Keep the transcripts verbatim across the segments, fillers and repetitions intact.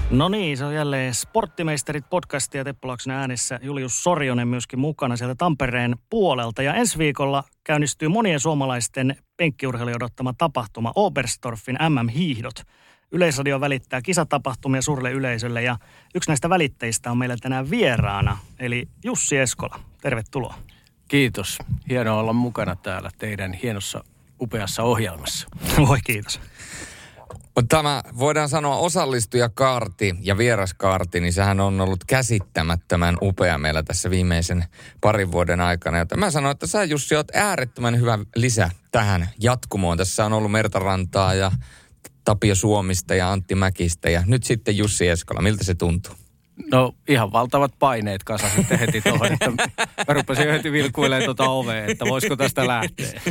No niin, se on jälleen Sporttimeisterit podcast ja Teppo Laaksonen äänessä. Julius Sorjonen myöskin mukana sieltä Tampereen puolelta. Ja ensi viikolla käynnistyy monien suomalaisten penkkiurheilijoiden odottama tapahtuma Oberstdorfin M M-hiihdot. Yleisradio välittää kisatapahtumia suurelle yleisölle ja yksi näistä välittäjistä on meillä tänään vieraana, eli Jussi Eskola. Tervetuloa. Kiitos. Hienoa olla mukana täällä teidän hienossa, upeassa ohjelmassa. Voi kiitos. Tämä voidaan sanoa osallistujakaarti ja vieraskaarti, niin sehän on ollut käsittämättömän upea meillä tässä viimeisen parin vuoden aikana. Joten mä sanoin, että sä Jussi oot äärettömän hyvä lisä tähän jatkumoon. Tässä on ollut Merta Rantaa ja Tapio Suomista ja Antti Mäkistä ja nyt sitten Jussi Eskola. Miltä se tuntuu? No ihan valtavat paineet kasa sitten heti tuohon, että mä rupesin heti vilkuilemaan tuota ovea, että voisiko tästä lähteä.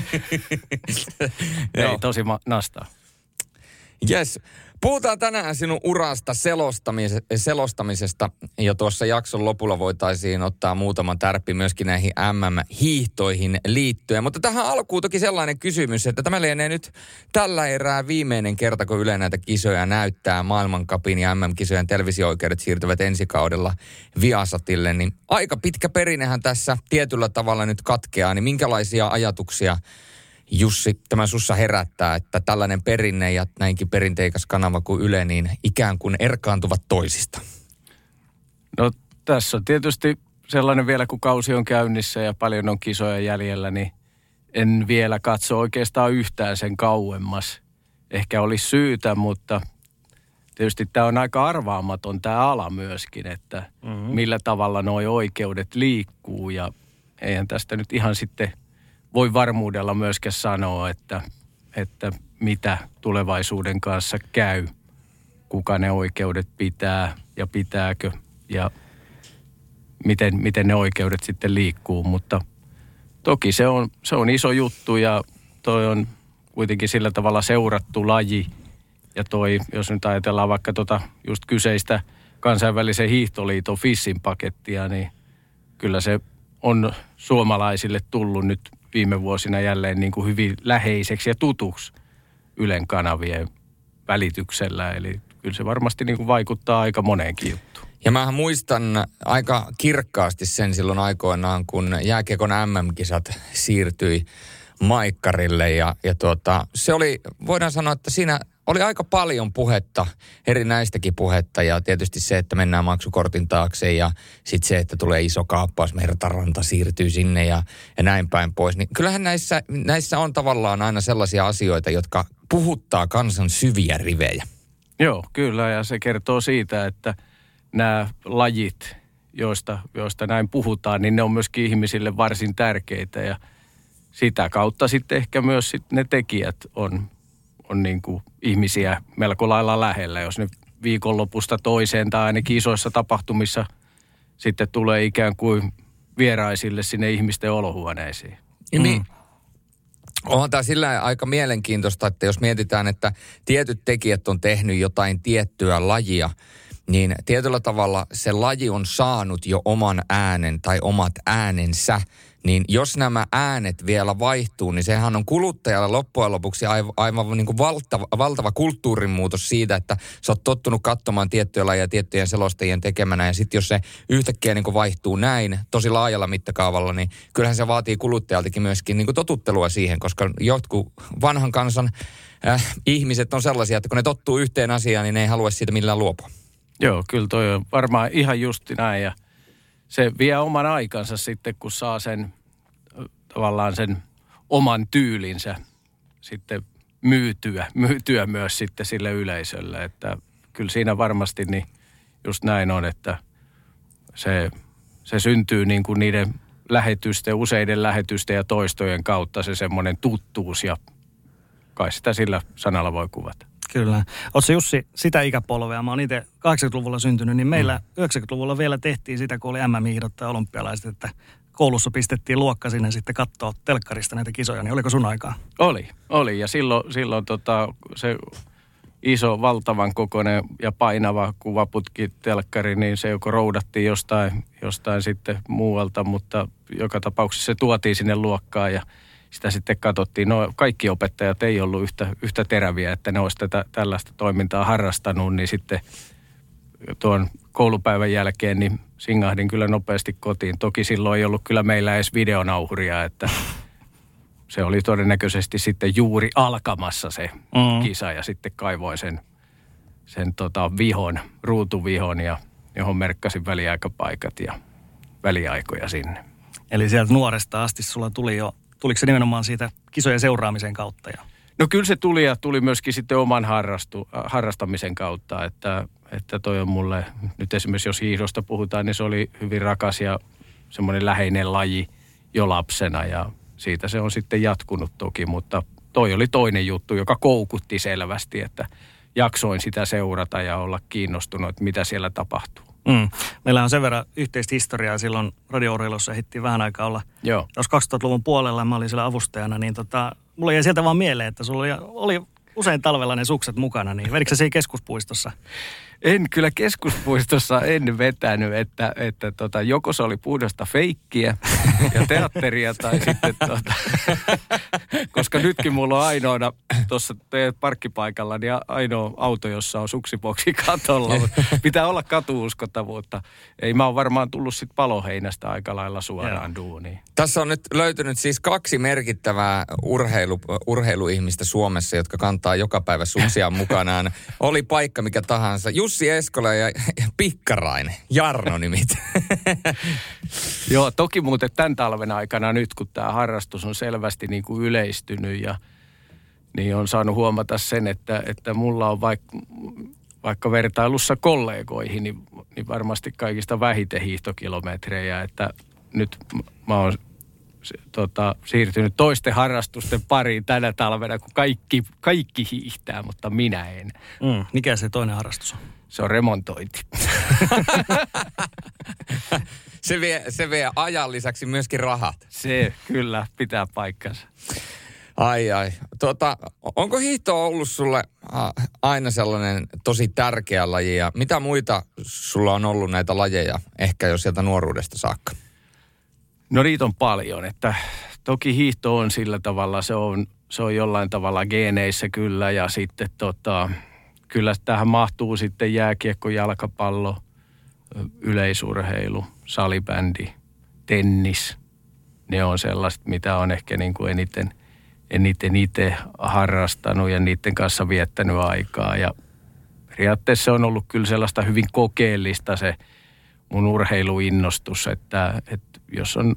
Ei tosi ma- nastaa. Jes. Puhutaan tänään sinun urasta selostamis- selostamisesta ja tuossa jakson lopulla voitaisiin ottaa muutama tärppi myöskin näihin M M-hiihtoihin liittyen. Mutta tähän alkuun toki sellainen kysymys, että tämä lienee nyt tällä erää viimeinen kerta, kun Yle näitä kisoja näyttää. Maailmancupin ja M M-kisojen televisio-oikeudet siirtyvät ensi kaudella Viasatille. Niin aika pitkä perinnehän tässä tietyllä tavalla nyt katkeaa, niin minkälaisia ajatuksia Jussi, tämä sussa herättää, että tällainen perinne ja näinkin perinteikäs kanava kuin Yle, niin ikään kuin erkaantuvat toisista? No tässä on tietysti sellainen vielä, kun kausi on käynnissä ja paljon on kisoja jäljellä, niin en vielä katso oikeastaan yhtään sen kauemmas. Ehkä olisi syytä, mutta tietysti tämä on aika arvaamaton tämä ala myöskin, että mm-hmm. millä tavalla nuo oikeudet liikkuu ja eihän tästä nyt ihan sitten voi varmuudella myöskään sanoa, että, että mitä tulevaisuuden kanssa käy, kuka ne oikeudet pitää ja pitääkö ja miten, miten ne oikeudet sitten liikkuu. Mutta toki se on, se on iso juttu ja toi on kuitenkin sillä tavalla seurattu laji. Ja toi, jos nyt ajatellaan vaikka tota just kyseistä kansainvälisen hiihtoliiton FISin pakettia, niin kyllä se on suomalaisille tullut nyt viime vuosina jälleen niin kuin hyvin läheiseksi ja tutuksi Ylen kanavien välityksellä. Eli kyllä se varmasti niin kuin vaikuttaa aika moneenkin juttuun. Ja mähän muistan aika kirkkaasti sen silloin aikoinaan, kun jääkiekon M M-kisat siirtyi maikkarille. Ja, ja tuota, se oli, voidaan sanoa, että siinä oli aika paljon puhetta, erinäistäkin puhetta ja tietysti se, että mennään maksukortin taakse ja sitten se, että tulee iso kaappaus, Merta Ranta siirtyy sinne ja, ja näin päin pois. Niin kyllähän näissä, näissä on tavallaan aina sellaisia asioita, jotka puhuttaa kansan syviä rivejä. Joo, kyllä ja se kertoo siitä, että nämä lajit, joista, joista näin puhutaan, niin ne on myöskin ihmisille varsin tärkeitä ja sitä kautta sitten ehkä myös sit ne tekijät on on niin kuin ihmisiä melko lailla lähellä, jos ne viikonlopusta toiseen tai ainakin isoissa tapahtumissa sitten tulee ikään kuin vieraisille sinne ihmisten olohuoneisiin. Mm. Niin. Onhan tämä sillä aika mielenkiintoista, että jos mietitään, että tietyt tekijät on tehnyt jotain tiettyä lajia, niin tietyllä tavalla se laji on saanut jo oman äänen tai omat äänensä. Niin jos nämä äänet vielä vaihtuu, niin sehän on kuluttajalle loppujen lopuksi aivan, aivan niin kuin valtava, valtava kulttuurin muutos siitä, että sä oot tottunut katsomaan tiettyjä lajeja tiettyjen selostajien tekemänä. Ja sitten jos se yhtäkkiä niin kuin vaihtuu näin tosi laajalla mittakaavalla, niin kyllähän se vaatii kuluttajaltakin myöskin niin kuin totuttelua siihen, koska jotkut vanhan kansan äh, ihmiset on sellaisia, että kun ne tottuu yhteen asiaan, niin ne ei halua siitä millään luopua. Joo, kyllä toi on varmaan ihan justi näin ja se vie oman aikansa sitten, kun saa sen tavallaan sen oman tyylinsä sitten myytyä, myytyä myös sitten sille yleisölle. Että kyllä siinä varmasti niin just näin on, että se, se syntyy niin kuin niiden lähetysten, useiden lähetysten ja toistojen kautta se semmoinen tuttuus ja kai sitä sillä sanalla voi kuvata. Kyllä. Oletko Jussi sitä ikäpolvea? Mä oon itse kahdeksankymmentäluvulla syntynyt, niin meillä mm. yhdeksänkymmentäluvulla vielä tehtiin sitä, kun oli M M-hiihdot tai olympialaiset, että koulussa pistettiin luokka sinne sitten katsoa telkkarista näitä kisoja, niin oliko sun aikaa? Oli, oli. Ja silloin, silloin tota, se iso, valtavan kokoinen ja painava kuvaputki telkkari, niin se joko roudattiin jostain, jostain sitten muualta, mutta joka tapauksessa se tuotiin sinne luokkaan ja sitä sitten katsottiin. No kaikki opettajat ei ollut yhtä, yhtä teräviä, että ne olisi tätä, tällaista toimintaa harrastanut, niin sitten tuon koulupäivän jälkeen, niin singahdin kyllä nopeasti kotiin. Toki silloin ei ollut kyllä meillä edes videonauhuria, että se oli todennäköisesti sitten juuri alkamassa se mm. kisa ja sitten kaivoin sen, sen tota vihon, ruutuvihon, ja, johon merkkasin väliaikapaikat ja väliaikoja sinne. Eli sieltä nuoresta asti sulla tuli jo, tuliko se nimenomaan siitä kisojen seuraamisen kautta? Ja... No kyllä se tuli ja tuli myöskin sitten oman harrastu, harrastamisen kautta, että, että toi on mulle, nyt esimerkiksi jos hiihdosta puhutaan, niin se oli hyvin rakas ja semmoinen läheinen laji jo lapsena ja siitä se on sitten jatkunut toki, mutta toi oli toinen juttu, joka koukutti selvästi, että jaksoin sitä seurata ja olla kiinnostunut, että mitä siellä tapahtuu. Mm. Meillä on sen verran yhteistä historiaa. Silloin radio-urheilussa ehdittiin vähän aikaa olla. Joo. Jos kaksituhattaluvun puolella mä olin siellä avustajana, niin tota, mulla jäi sieltä vaan mieleen, että sulla oli, oli usein talvella ne sukset mukana. Niin vedikö sä siinä keskuspuistossa? En kyllä keskuspuistossa en vetänyt, että, että tota, joko se oli puhdasta feikkiä ja teatteria tai sitten tota, koska nytkin mulla on ainoana tuossa parkkipaikalla niin ainoa auto, jossa on suksiboksi katolla, mutta pitää olla katuuskottavuutta. Ei mä oon varmaan tullut sit Paloheinästä aika lailla suoraan duuniin. Tässä on nyt löytynyt siis kaksi merkittävää urheilu, urheiluihmistä Suomessa, jotka kantaa joka päivä suksiaan mukanaan. Oli paikka mikä tahansa. Jussi Eskola ja, ja Pikkarainen, Jarno nimit. Joo, toki muuten tämän talven aikana nyt, kun tämä harrastus on selvästi niin kuin yleistynyt ja niin on saanut huomata sen, että, että mulla on vaikka, vaikka vertailussa kollegoihin, niin, niin varmasti kaikista vähiten hiihtokilometrejä, että nyt mä oon tota, siirtynyt toisten harrastusten pariin tänä talvena, kun kaikki, kaikki hiihtää, mutta minä en. Mm, mikä se toinen harrastus on? Se on remontointi. se, vie, se vie ajan lisäksi myöskin rahat. Se kyllä pitää paikkansa. Ai ai. Tuota, onko hiihto ollut sulle aina sellainen tosi tärkeä laji ja mitä muita sulla on ollut näitä lajeja ehkä jo sieltä nuoruudesta saakka? No niitä on paljon, että toki hiihto on sillä tavalla, se on, se on jollain tavalla geeneissä kyllä ja sitten tota, kyllä tähän mahtuu sitten jääkiekko, jalkapallo, yleisurheilu, salibändi, tennis. Ne on sellaiset, mitä on ehkä niin kuin eniten, eniten itse harrastanut ja niiden kanssa viettänyt aikaa. Ja periaatteessa on ollut kyllä sellaista hyvin kokeellista se mun urheiluinnostus, että, että jos on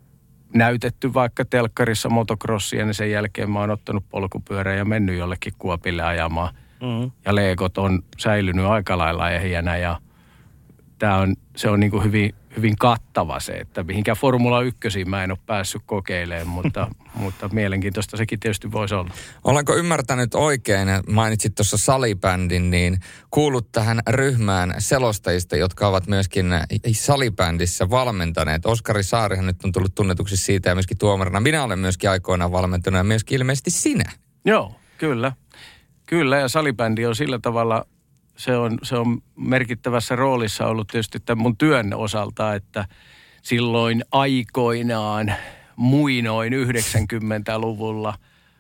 näytetty vaikka telkkarissa motocrossia, niin sen jälkeen mä oon ottanut polkupyörän ja mennyt jollekin kuopille ajamaan. Mm-hmm. Ja leekot on säilynyt aika lailla ehjänä ja tää on, se on niin kuin hyvin, hyvin kattava se, että mihinkään Formula ykkösiin mä en ole päässyt kokeilemaan, mutta, mutta mielenkiintoista sekin tietysti voisi olla. Olenko ymmärtänyt oikein, mainitsit tuossa salibändin, niin kuulut tähän ryhmään selostajista, jotka ovat myöskin salibändissä valmentaneet. Oskari Saarihan nyt on tullut tunnetuksi siitä ja myöskin tuomarina. Minä olen myöskin aikoinaan valmentanut ja myöskin ilmeisesti sinä. Joo, kyllä. Kyllä ja salibändi on sillä tavalla... Se on, se on merkittävässä roolissa ollut tietysti tämän mun työn osalta, että silloin aikoinaan muinoin yhdeksänkymmentäluvulla,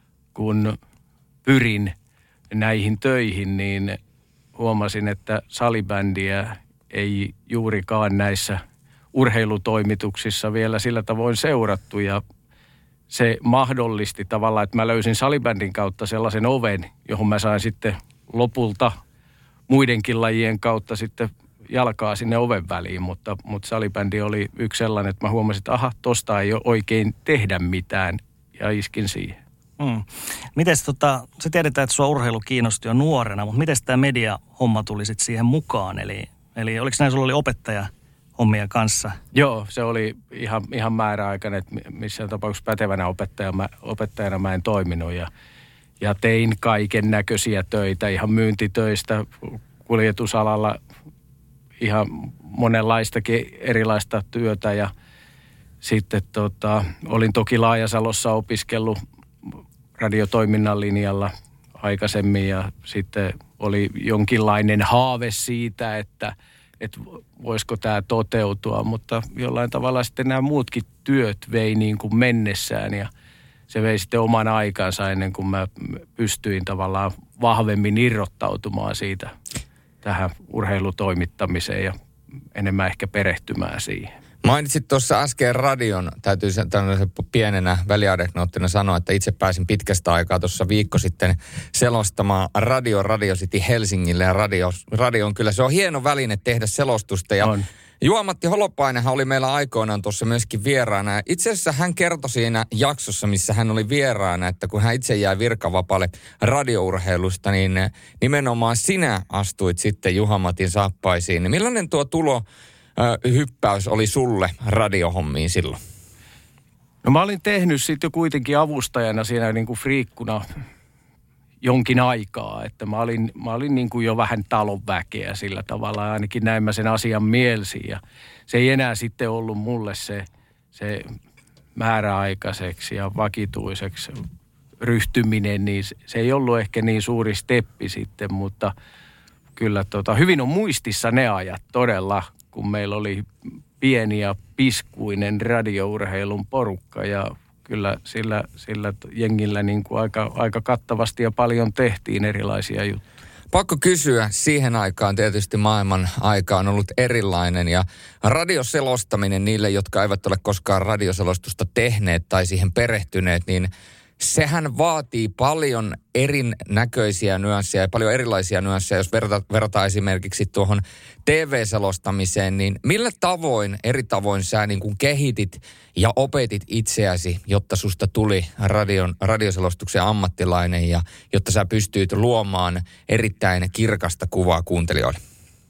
kun pyrin näihin töihin, niin huomasin, että salibändiä ei juurikaan näissä urheilutoimituksissa vielä sillä tavoin seurattu ja se mahdollisti tavallaan, että mä löysin salibändin kautta sellaisen oven, johon mä sain sitten lopulta muidenkin lajien kautta sitten jalkaa sinne oven väliin, mutta, mutta salibändi oli yksi sellainen, että mä huomasin, että aha, tosta ei ole oikein tehdä mitään ja iskin siihen. Mm. Mites tota, se tiedetään, että sua urheilu kiinnosti jo nuorena, mutta miten tämä media-homma tuli sitten siihen mukaan? Eli, eli oliko näin, sulla oli opettaja hommia kanssa? Joo, se oli ihan, ihan määräaikainen, että missään tapauksessa pätevänä opettajana, opettajana mä en toiminut ja Ja tein kaiken näköisiä töitä, ihan myyntitöistä, kuljetusalalla ihan monenlaistakin erilaista työtä. Ja sitten tota, olin toki Laajasalossa opiskellut radiotoiminnan linjalla aikaisemmin ja sitten oli jonkinlainen haave siitä, että, että voisiko tämä toteutua. Mutta jollain tavalla sitten nämä muutkin työt vei niin kuin mennessään ja se vei sitten oman aikansa ennen kuin mä pystyin tavallaan vahvemmin irrottautumaan siitä tähän urheilutoimittamiseen ja enemmän ehkä perehtymään siihen. Mainitsit tuossa äsken radion. Täytyy tämmöisen pienenä välianeknoottina sanoa, että itse pääsin pitkästä aikaa tuossa viikko sitten selostamaan Radio Radio City Helsingille. Ja radio, radio on kyllä, se on hieno väline tehdä selostusta. Ja on. Juha-Matti Holopainenhan oli meillä aikoinaan tuossa myöskin vieraana. Itse asiassa hän kertoi siinä jaksossa, missä hän oli vieraana, että kun hän itse jäi virkavapaalle radiourheilusta, niin nimenomaan sinä astuit sitten Juha-Matin saappaisiin. Millainen tuo tulo hyppäys oli sulle radiohommiin silloin? No mä olin tehnyt sitten jo kuitenkin avustajana siinä niin kuin friikkuna jonkin aikaa, että mä olin, mä olin niin kuin jo vähän talon väkeä sillä tavalla, ainakin näin mä sen asian mielsin ja se ei enää sitten ollut mulle se, se määräaikaiseksi ja vakituiseksi ryhtyminen, niin se ei ollut ehkä niin suuri steppi sitten, mutta kyllä tota, hyvin on muistissa ne ajat todella, kun meillä oli pieni ja piskuinen radiourheilun porukka ja kyllä sillä, sillä jengillä niin kuin aika, aika kattavasti ja paljon tehtiin erilaisia juttuja. Pakko kysyä, siihen aikaan tietysti maailman aika on ollut erilainen ja radioselostaminen niille, jotka eivät ole koskaan radioselostusta tehneet tai siihen perehtyneet, niin sehän vaatii paljon erinäköisiä nyansseja ja paljon erilaisia nyansseja, jos verta, verrataan esimerkiksi tuohon T V-selostamiseen, niin millä tavoin, eri tavoin sä niin kuin kehitit ja opetit itseäsi, jotta susta tuli radion, radioselostuksen ammattilainen ja jotta sä pystyit luomaan erittäin kirkasta kuvaa kuuntelijoille?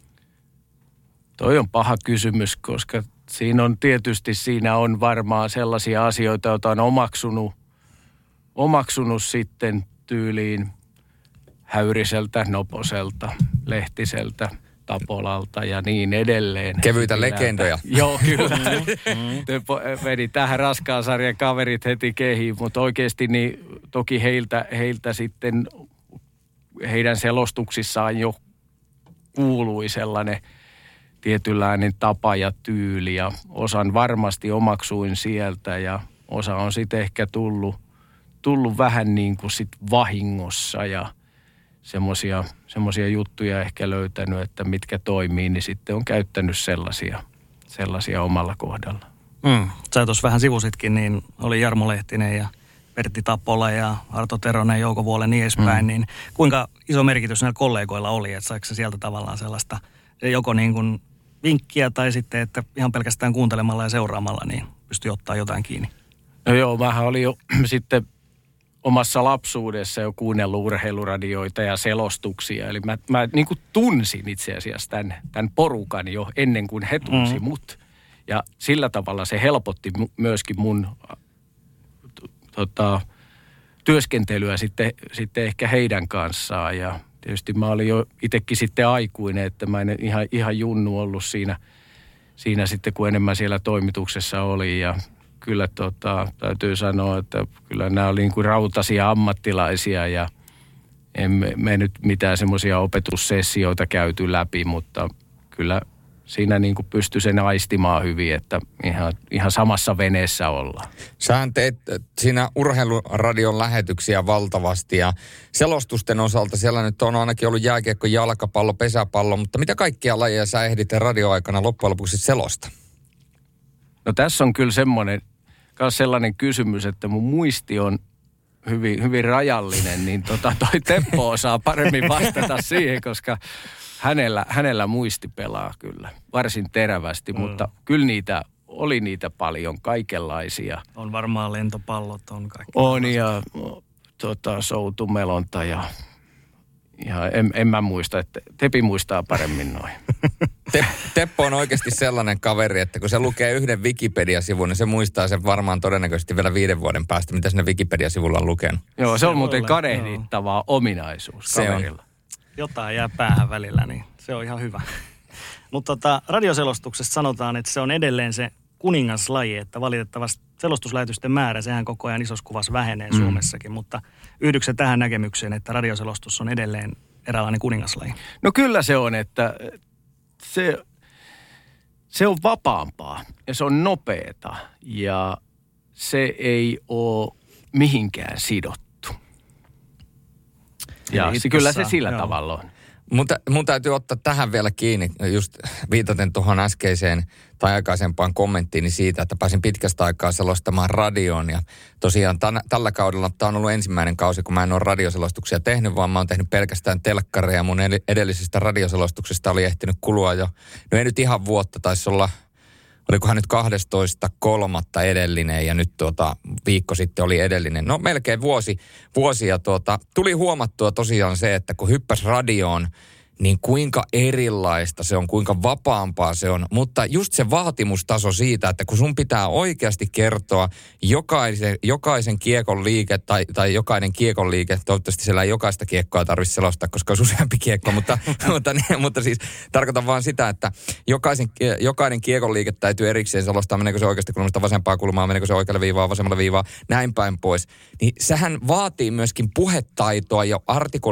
Toi on paha kysymys, koska siinä on tietysti, siinä on varmaan sellaisia asioita, joita on omaksunut omaksunut sitten tyyliin Häyriseltä, Noposelta, Lehtiseltä, Tapolalta ja niin edelleen. Kevyitä legendoja. Joo, kyllä. Mm-hmm. Meni tähän raskaan sarjan kaverit heti kehiin, mutta oikeasti niin toki heiltä, heiltä sitten heidän selostuksissaan jo kuului sellainen tietynlainen tapa ja tyyli ja osan varmasti omaksuin sieltä ja osa on sitten ehkä tullut tullut vähän niin kuin sit vahingossa ja semmoisia semmoisia juttuja ehkä löytänyt, että mitkä toimii, niin sitten on käyttänyt sellaisia, sellaisia omalla kohdalla. Mm. Sä tuossa vähän sivusitkin, niin oli Jarmo Lehtinen ja Pertti Tapola ja Arto Teronen, Jouko Vuole niin edespäin, mm. niin kuinka iso merkitys näillä kollegoilla oli, että saiko se sieltä tavallaan sellaista joko niin kuin vinkkiä tai sitten, että ihan pelkästään kuuntelemalla ja seuraamalla niin pystyy ottaa jotain kiinni? No joo, vähän oli jo sitten omassa lapsuudessa jo kuunnellut urheiluradioita ja selostuksia. Eli mä, mä niin kuin tunsin itse asiassa tämän, tämän porukan jo ennen kuin he tunsi mm. mut. Ja sillä tavalla se helpotti myöskin mun tota, työskentelyä sitten, sitten ehkä heidän kanssaan. Ja tietysti mä olin jo itsekin sitten aikuinen, että mä en ihan, ihan junnu ollut siinä, siinä sitten, kun enemmän siellä toimituksessa oli ja kyllä tota, täytyy sanoa, että kyllä nämä oli niin kuin rautaisia ammattilaisia ja emme me nyt mitään semmoisia opetussessioita käyty läpi, mutta kyllä siinä niin kuin pystyi sen aistimaan hyvin, että ihan, ihan samassa veneessä ollaan. Sähän teet siinä urheiluradion lähetyksiä valtavasti ja selostusten osalta siellä nyt on ainakin ollut jääkiekko, jalkapallo, pesäpallo, mutta mitä kaikkia lajeja sä ehdit radioaikana loppujen lopuksi selosta? No tässä on kyllä semmoinen, myös sellainen kysymys, että mun muisti on hyvin, hyvin rajallinen, niin tota toi Teppo osaa paremmin vastata siihen, koska hänellä, hänellä muisti pelaa kyllä varsin terävästi, mm. mutta kyllä niitä, oli niitä paljon, kaikenlaisia. On varmaan lentopallot, on kaikki. On ja tota, soutumelonta ja... Ja en, en mä muista, että Tepi muistaa paremmin noin. Te, Teppo on oikeasti sellainen kaveri, että kun se lukee yhden Wikipedia-sivun, niin se muistaa sen varmaan todennäköisesti vielä viiden vuoden päästä, mitä sinne Wikipedia-sivulla on lukenut. Joo, se on muuten kadehdittavaa ominaisuus se kaverilla. On. Jotain jää päähän välillä, niin se on ihan hyvä. Mutta tota, radioselostuksesta sanotaan, että se on edelleen se kuningaslaji, että valitettavasti selostuslähetysten määrä, sehän koko ajan isossa kuvassa vähenee mm. Suomessakin, mutta yhdyksä tähän näkemykseen, että radioselostus on edelleen eräänlainen kuningaslaji? No kyllä se on, että se, se on vapaampaa ja se on nopeata ja se ei ole mihinkään sidottu. Ja se, kyllä se sillä joo. tavalla on. Mutta mun täytyy ottaa tähän vielä kiinni, just viitaten tuohon äskeiseen tai aikaisempaan kommenttiini siitä, että pääsin pitkästä aikaa selostamaan radioon. Ja tosiaan tämän, tällä kaudella tämä on ollut ensimmäinen kausi, kun mä en ole radioselostuksia tehnyt, vaan mä oon tehnyt pelkästään telkkareja. Mun edellisestä radioselostuksesta oli ehtinyt kulua jo, no ei nyt ihan vuotta, taisi olla, olikohan nyt kahdestoista kolmatta edellinen ja nyt tuota, viikko sitten oli edellinen. No melkein vuosi, vuosi ja tuota, tuli huomattua tosiaan se, että kun hyppäsi radioon, niin kuinka erilaista se on, kuinka vapaampaa se on. Mutta just se vaatimustaso siitä, että kun sun pitää oikeasti kertoa jokaisen, jokaisen kiekon liike tai, tai jokainen kiekon liike, toivottavasti siellä ei jokaista kiekkoa tarvitse selostaa, koska on useampi kiekko, mutta, mutta, mutta siis tarkoitan vaan sitä, että jokaisen, jokainen kiekon liike täytyy erikseen selostaa, meneekö se oikeasti kulmasta vasempaa kulmaa, meneekö se oikealle viivaa, vasemmalle viivaa, näin päin pois. Niin sehän vaatii myöskin puhetaitoa ja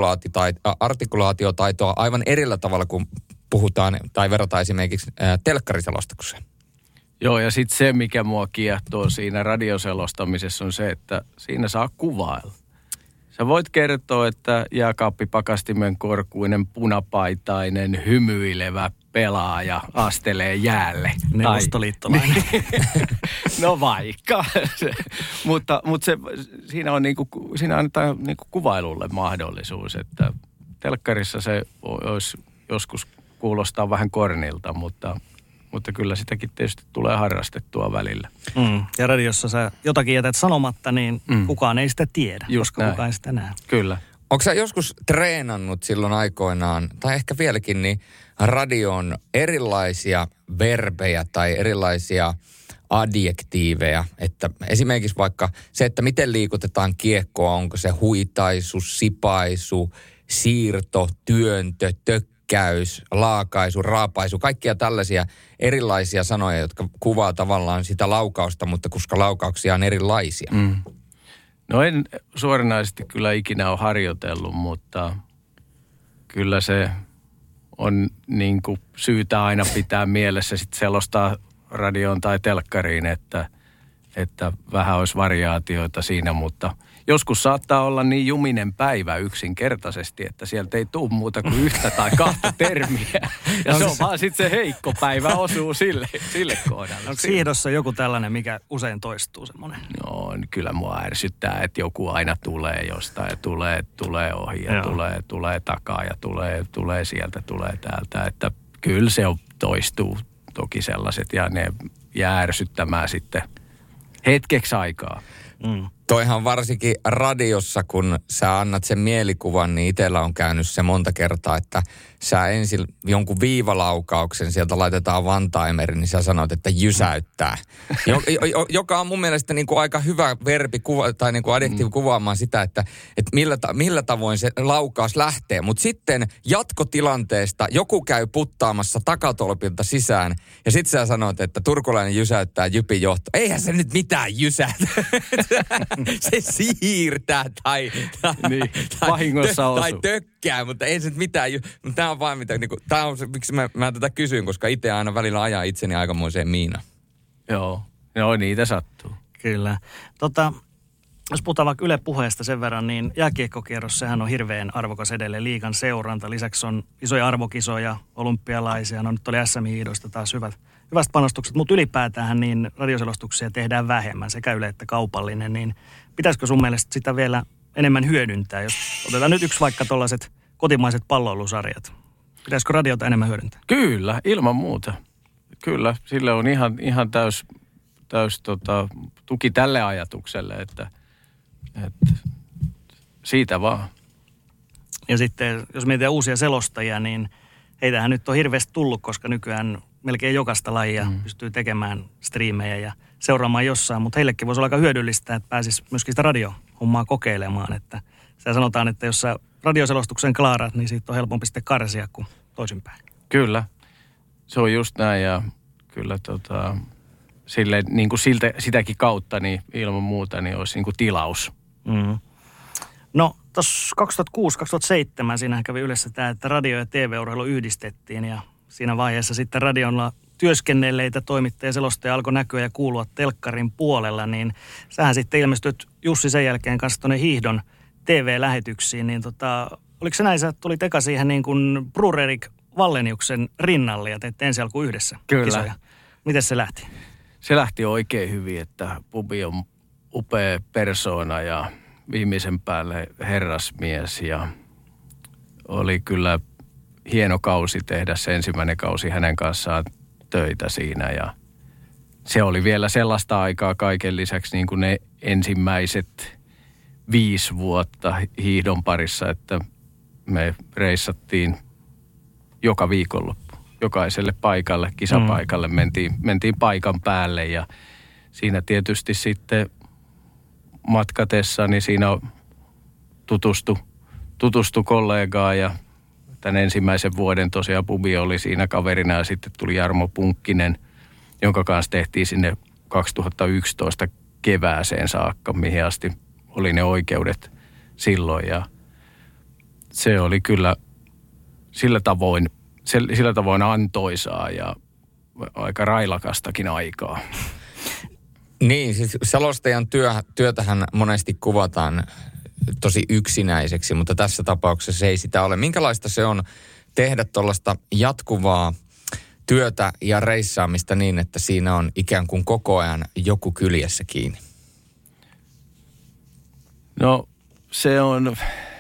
artikulaatiotaitoa aivan erillä tavalla, kun puhutaan tai verrataan esimerkiksi ää, telkkariselostukseen. Joo, ja sitten se, mikä mua kiehtoo siinä radioselostamisessa on se, että siinä saa kuvailla. Sä voit kertoa, että jääkaappipakastimen korkuinen, punapaitainen, hymyilevä pelaaja astelee jäälle. Neuvostoliittolainen. No vaikka. mutta mutta se, siinä, on niinku, siinä annetaan niinku kuvailulle mahdollisuus, että telkkarissa se olisi joskus kuulostaa vähän kornilta, mutta, mutta kyllä sitäkin tietysti tulee harrastettua välillä. Mm. Ja radiossa sä jotakin jätät sanomatta, niin mm. kukaan ei sitä tiedä, just koska näin. kukaan ei sitä näe. Kyllä. Onko sä joskus treenannut silloin aikoinaan, tai ehkä vieläkin, niin radion erilaisia verbejä tai erilaisia adjektiiveja, että esimerkiksi vaikka se, että miten liikutetaan kiekkoa, onko se huitaisu, sipaisu, siirto, työntö, tökkäys, laakaisu, raapaisu, kaikkia tällaisia erilaisia sanoja, jotka kuvaa tavallaan sitä laukausta, mutta koska laukauksia on erilaisia. Mm. No en suoranaisesti kyllä ikinä ole harjoitellut, mutta kyllä se on niin kuin syytä aina pitää mielessä sitten selostaa radioon tai telkkariin, että, että vähän olisi variaatioita siinä, mutta joskus saattaa olla niin juminen päivä yksinkertaisesti, että sieltä ei tule muuta kuin yhtä tai kahta termiä. Ja se on vaan sitten se heikko päivä osuu sille, sille kohdalle. Onko siihdossa joku tällainen, mikä usein toistuu semmoinen? No kyllä mua ärsyttää, että joku aina tulee jostain ja tulee, tulee ohi ja Joo. tulee, tulee takaa ja tulee, tulee sieltä, tulee täältä. Että kyllä se on, toistuu toki sellaiset ja ne jää ärsyttämään sitten hetkeksi aikaa. Mm. Toihan varsinkin radiossa, kun sä annat sen mielikuvan, niin itsellä on käynyt se monta kertaa, että sä ensin jonkun viivalaukauksen, sieltä laitetaan one-timeri, niin sä sanot, että jysäyttää. Joka on mun mielestä niin kuin aika hyvä verbi kuva, tai niin kuin adjektiivi kuvaamaan sitä, että, että millä, ta, millä tavoin se laukaus lähtee. Mutta sitten jatkotilanteesta joku käy puttaamassa takatolpilta sisään, ja sitten sä sanot, että turkulainen jysäyttää Jypin johto. Eihän se nyt mitään jysäytä. Se siirtää tai, tai, niin, vahingossa tai, osu. tai tökkää, mutta ei se nyt mitään. Tämä on vaan mitä, niin kuin, tämä on se, miksi mä, mä tätä kysyn, koska itse aina välillä ajaa itseni aikamoiseen miinaan. Joo, joo niitä sattuu. Kyllä. Tota, jos puhutaan vaikka Yle Puheesta sen verran, niin jääkiekkokierros, sehän on hirveän arvokas edelleen liigan seuranta. Lisäksi on isoja arvokisoja, olympialaisia, no nyt oli S M-hiihdoista taas hyvät, hyvät panostukset, mutta ylipäätään niin radioselostuksia tehdään vähemmän, sekä Yle että kaupallinen, niin pitäisikö sun mielestä sitä vielä enemmän hyödyntää, jos otetaan nyt yksi vaikka tuollaiset kotimaiset palloilusarjat. Pitäisikö radiota enemmän hyödyntää? Kyllä, ilman muuta. Kyllä, sille on ihan, ihan täys, täys tota, tuki tälle ajatukselle, että, että siitä vaan. Ja sitten, jos mietitään uusia selostajia, niin heitähän nyt on hirveästi tullut, koska nykyään melkein jokaista lajia mm. pystyy tekemään striimejä ja seuraamaan jossain, mutta heillekin voisi olla aika hyödyllistä, että pääsisi myöskin sitä radiohommaa kokeilemaan, että sitä sanotaan, että jos sä radioselostuksen klaarat, niin siitä on helpompi sitten karsia kuin toisinpäin. Kyllä, se on just näin ja kyllä tota, sille, niin kuin siltä, sitäkin kautta niin ilman muuta niin olisi niin kuin tilaus. Mm. No tuossa kaksituhattakuusi kaksituhattaseitsemän siinähän kävi yleensä tämä, että radio- ja T V-urheilu yhdistettiin ja siinä vaiheessa sitten radiolla työskennelleitä toimittajia ja selostajia alkoi näkyä ja kuulua telkkarin puolella, niin sähän sitten ilmestyt Jussi sen jälkeen kanssa tuonne hiihdon T V-lähetyksiin, niin tota, oliko se näin, sä tulit eka siihen niin kuin Brurerik Walleniuksen rinnalle ja teitte ensi alkuun yhdessä Kyllä. kisoja. Miten se lähti? Se lähti oikein hyvin, että Pubi on upea persoona ja viimeisen päälle herrasmies ja oli kyllä hieno kausi tehdä se ensimmäinen kausi hänen kanssaan töitä siinä ja se oli vielä sellaista aikaa kaiken lisäksi niin kuin ne ensimmäiset viisi vuotta hiihdon parissa, että me reissattiin joka viikonloppu. Jokaiselle paikalle, kisapaikalle mentiin, mentiin paikan päälle ja siinä tietysti sitten matkatessa, niin siinä tutustu, tutustu kollegaa ja tämän ensimmäisen vuoden tosiaan Pubi oli siinä kaverina ja sitten tuli Jarmo Punkkinen, jonka kanssa tehtiin sinne kaksituhattayksitoista kevääseen saakka, mihin asti oli ne oikeudet silloin ja se oli kyllä sillä tavoin, sillä tavoin antoisaa ja aika railakastakin aikaa. Niin, siis selostajan työ, työtähän monesti kuvataan tosi yksinäiseksi, mutta tässä tapauksessa se ei sitä ole. Minkälaista se on tehdä tuollaista jatkuvaa työtä ja reissaamista niin, että siinä on ikään kuin koko ajan joku kyljessä kiinni? No se on...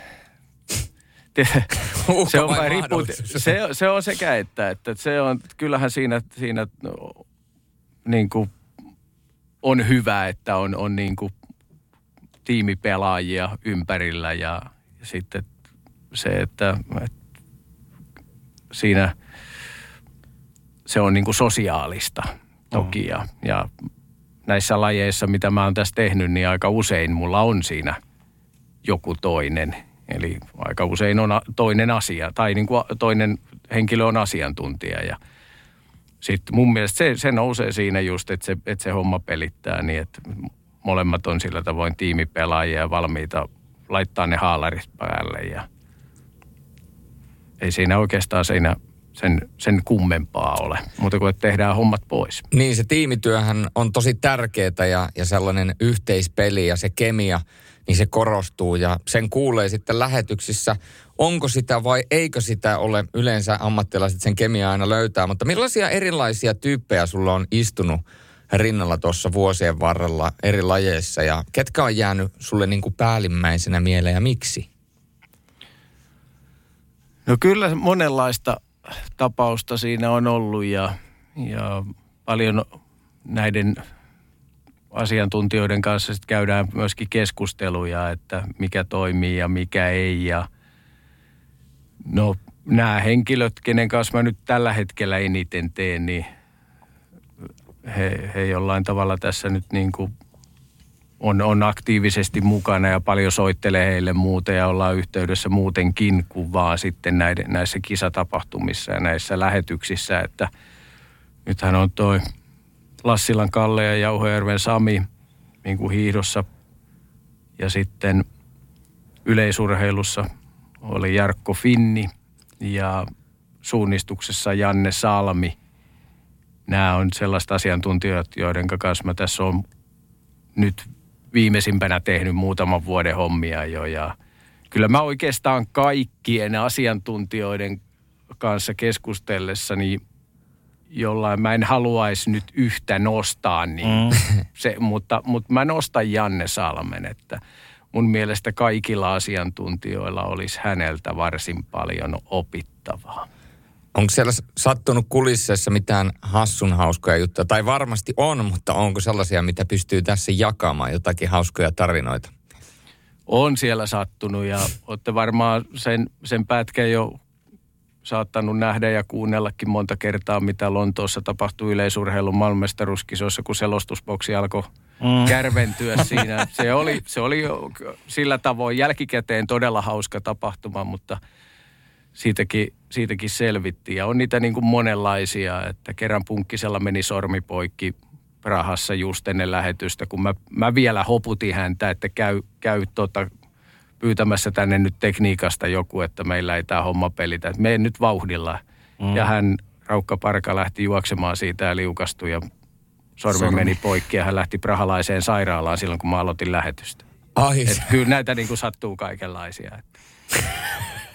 se, on riippuu, se, se on sekä että, että se on, kyllähän siinä, siinä no, niin kuin on hyvä, että on, on niin kuin tiimipelaajia ympärillä ja sitten se, että, että siinä se on niin kuin sosiaalista toki mm. ja, ja näissä lajeissa, mitä mä oon tässä tehnyt, niin aika usein mulla on siinä joku toinen. Eli aika usein on toinen asia tai niin kuin toinen henkilö on asiantuntija ja sitten mun mielestä se, se nousee siinä just, että se, että se homma pelittää niin, että molemmat on sillä tavoin tiimipelaajia ja valmiita laittaa ne haalarit päälle ja ei siinä oikeastaan siinä sen, sen kummempaa ole, mutta kun tehdään hommat pois. Niin se tiimityöhän on tosi tärkeää ja, ja sellainen yhteispeli ja se kemia, niin se korostuu ja sen kuulee sitten lähetyksissä. Onko sitä vai eikö sitä ole? Yleensä ammattilaiset sen kemiaa aina löytää, mutta millaisia erilaisia tyyppejä sulla on istunut rinnalla tuossa vuosien varrella eri lajeissa ja ketkä on jäänyt sulle niin kuin päällimmäisenä mieleen ja miksi? No kyllä monenlaista tapausta siinä on ollut ja, ja paljon näiden asiantuntijoiden kanssa sit käydään myöskin keskusteluja, että mikä toimii ja mikä ei. Ja no nämä henkilöt, kenen kanssa mä nyt tällä hetkellä eniten teen, niin he, he jollain tavalla tässä nyt niin kuin on, on aktiivisesti mukana ja paljon soittelee heille muuta ja ollaan yhteydessä muutenkin kuin vaan sitten näiden, näissä kisatapahtumissa ja näissä lähetyksissä, että nythän on toi Lassilan Kalle ja Jauhojärven Sami niin kuin hiihdossa ja sitten yleisurheilussa oli Jarkko Finni ja suunnistuksessa Janne Salmi. Nämä on sellaiset asiantuntijat, joiden kanssa mä tässä on nyt viimeisimpänä tehnyt muutaman vuoden hommia jo ja kyllä mä oikeastaan kaikkien asiantuntijoiden kanssa keskustellessani jollain mä en haluaisi nyt yhtä nostaa, niin mm. se, mutta, mutta mä nostan Janne Salmen, että mun mielestä kaikilla asiantuntijoilla olisi häneltä varsin paljon opittavaa. Onko siellä sattunut kulisseissa mitään hassun hauskoja juttuja? Tai varmasti on, mutta onko sellaisia, mitä pystyy tässä jakamaan, jotakin hauskoja tarinoita? On siellä sattunut ja olette varmaan sen, sen pätkän jo saattanut nähdä ja kuunnellakin monta kertaa, mitä Lontoossa tapahtui yleisurheilun maailmanmestaruuskisoissa, kun selostusboksi alkoi mm. kärventyä siinä. Se oli, se oli sillä tavoin jälkikäteen todella hauska tapahtuma, mutta siitäkin, siitäkin selvittiin. Ja on niitä niin kuin monenlaisia, että kerran Punkkisella meni sormi poikki Prahassa just ennen lähetystä, kun mä, mä vielä hoputin häntä, että käy, käy tota, pyytämässä tänne nyt tekniikasta joku, että meillä ei tämä homma pelitä. Että mene nyt vauhdilla. Mm. Ja hän, Raukka Parka, lähti juoksemaan siitä ja liukastui ja sormi, sormi meni poikki ja hän lähti prahalaiseen sairaalaan silloin, kun mä aloitin lähetystä. Ai. Et kyllä näitä niin kuin sattuu kaikenlaisia.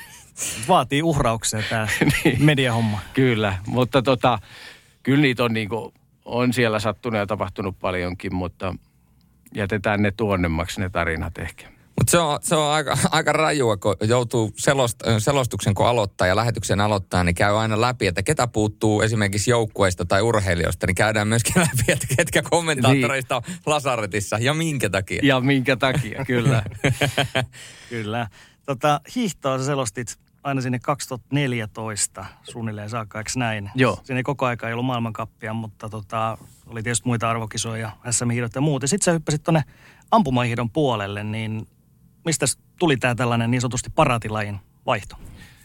Vaatii uhrauksia tämä niin. mediahomma. Kyllä, mutta tota, kyllä niitä on, niinku, on siellä sattunut ja tapahtunut paljonkin, mutta jätetään ne tuonnemmaksi ne tarinat ehkä. Mutta se on, se on aika, aika rajua, kun joutuu selost, selostuksen, kun aloittaa ja lähetyksen aloittaa, niin käy aina läpi, että ketä puuttuu esimerkiksi joukkueista tai urheilijoista, niin käydään myöskin läpi, että ketkä kommentaattoreista on lasaretissa ja minkä takia. Ja minkä takia, kyllä. Kyllä. Tota, hiihtoa sä selostit aina sinne kaksituhattaneljätoista suunnilleen saakka, eikö näin? Joo. Siinä ei koko aika ollut maailmankappia, mutta tota, oli tietysti muita arvokisoja, S M-hiihdot ja muut. Ja sitten sä hyppäsit tuonne ampumahiihdon puolelle, niin mistä tuli tää tällainen niin sanotusti paratilajin vaihto?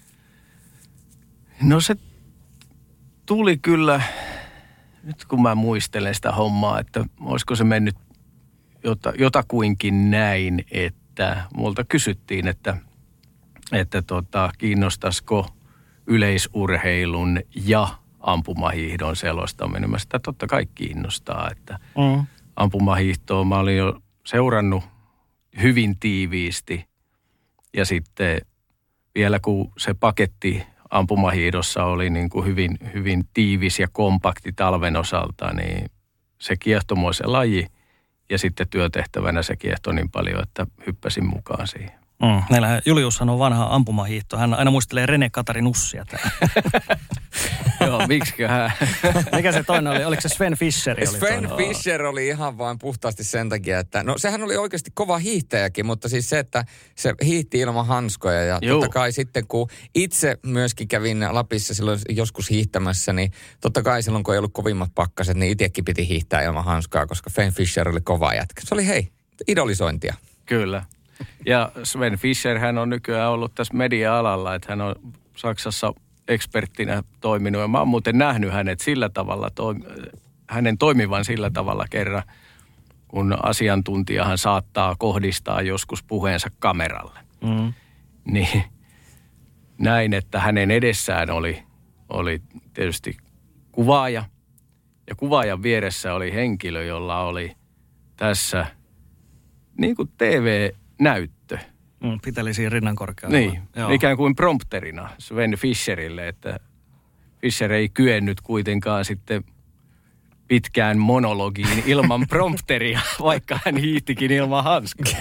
No se tuli kyllä, nyt kun mä muistelen sitä hommaa, että olisiko se mennyt jota, jotakuinkin näin, että multa kysyttiin, että, että tota, kiinnostaisiko yleisurheilun ja ampumahiihdon selostaminen. Mä sitä totta kai kiinnostaa, että mm. ampumahiihtoa mä olin jo seurannut hyvin tiiviisti ja sitten vielä kun se paketti ampumahiihdossa oli niin kuin hyvin, hyvin tiivis ja kompakti talven osalta, niin se kiehtoi mua se laji ja sitten työtehtävänä se kiehtoi niin paljon, että hyppäsin mukaan siihen. Mm. Meillähän Juliushan on vanha ampumahiihto. Hän aina muistelee Rene Katarin Ussia täällä. Joo, miksiköhän? Mikä se toinen oli? Oliko se Sven Fischer? Oli Sven toinen? Fischer oli ihan vain puhtaasti sen takia, että no sehän oli oikeasti kova hiihtäjäkin, mutta siis se, että se hiihti ilman hanskoja ja Juu. totta kai sitten kun itse myöskin kävin Lapissa silloin joskus hiihtämässä, niin totta kai silloin kun ei ollut kovimmat pakkaset, niin itsekin piti hiihtää ilman hanskaa, koska Sven Fischer oli kova jätkä. Se oli hei, idolisointia. Kyllä. Ja Sven Fischer hän on nykyään ollut tässä media-alalla, että hän on Saksassa eksperttinä toiminut. Ja mä oon muuten nähnyt hänet sillä tavalla, toim- hänen toimivan sillä tavalla kerran, kun asiantuntijahan saattaa kohdistaa joskus puheensa kameralle. Mm. Niin näin, että hänen edessään oli, oli tietysti kuvaaja. Ja kuvaajan vieressä oli henkilö, jolla oli tässä niin kuin T V-näyttö. Mm, piteli siinä rinnan korkealla. Niin, Joo. ikään kuin prompterina Sven Fischerille, että Fischer ei kyennyt kuitenkaan sitten pitkään monologiin ilman prompteria, vaikka hän hiihtikin ilman hanskaa.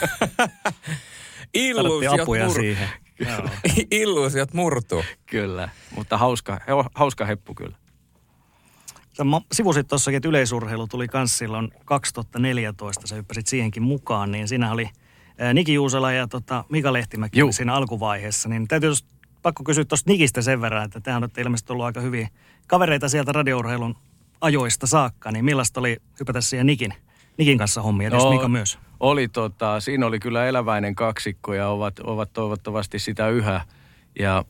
Illuusiot, mur... Illuusiot murtuu. Kyllä, mutta hauska, hauska heppu kyllä. Mä sivusit tuossakin, että yleisurheilu tuli kans silloin kaksituhattaneljätoista, sä hyppäsit siihenkin mukaan, niin siinä oli Niki Juusela ja tota Mika Lehtimäki Juh. siinä alkuvaiheessa. Niin täytyy pakko kysyä tuosta Nikistä sen verran, että tehän olette ilmeisesti ollut aika hyviä kavereita sieltä radiourheilun ajoista saakka, niin millaista oli hypätä siihen Nikin, Nikin kanssa hommia, ja no, Mika myös? Oli tota, siinä oli kyllä eläväinen kaksikko ja ovat, ovat toivottavasti sitä yhä. Ja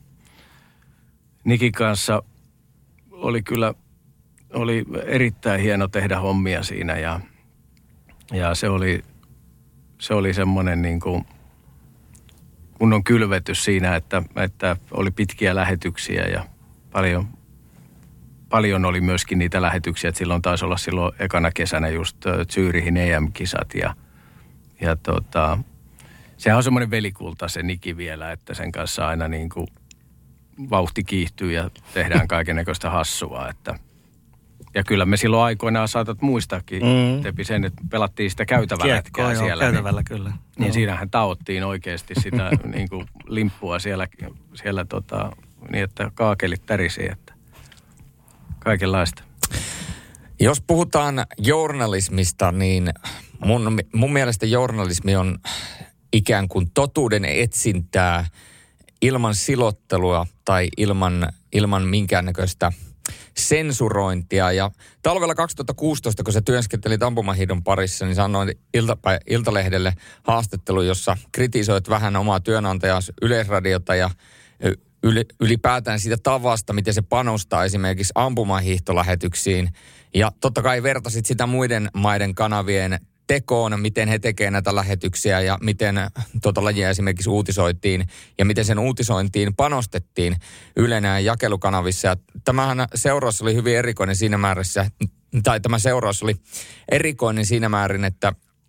Nikin kanssa oli kyllä, oli erittäin hieno tehdä hommia siinä ja, ja se oli... Se oli semmoinen niin kuin kunnon kylvetys siinä, että, että oli pitkiä lähetyksiä ja paljon, paljon oli myöskin niitä lähetyksiä. Että silloin taisi olla silloin ekana kesänä just Zürihin E M-kisat ja, ja tota, sehän on semmoinen velikulta se Niki vielä, että sen kanssa aina niin kuin vauhti kiihtyy ja tehdään kaikennäköistä hassua, että ja kyllä me silloin aikoinaan saatat muistaakin, mm. Tepi sen, että pelattiin sitä käytävälätkää Kiekko, siellä. Joo, käytävällä niin, kyllä. Niin siinähän taottiin oikeasti sitä niin kuin limppua siellä, siellä tota, niin, että kaakelit tärisi, että kaikenlaista. Jos puhutaan journalismista, niin mun, mun mielestä journalismi on ikään kuin totuuden etsintää ilman silottelua tai ilman, ilman minkäännäköistä sensurointia. Ja talvella kaksituhattakuusitoista, kun sä työskentelit ampumahiidon parissa, niin sanoin Iltapä- Iltalehdelle haastattelun, jossa kritisoit vähän omaa työnantajaa Yleisradiota ja ylipäätään siitä tavasta, miten se panostaa esimerkiksi ampumahiihtolähetyksiin. Ja totta kai vertasit sitä muiden maiden kanavien tekoon, miten he tekevät näitä lähetyksiä ja miten tuota lajia esimerkiksi uutisoitiin ja miten sen uutisointiin panostettiin Ylenä jakelukanavissa. Ja tämähän seuraus oli hyvin erikoinen siinä määrässä, tai tämä seuraus oli erikoinen siinä määrin, että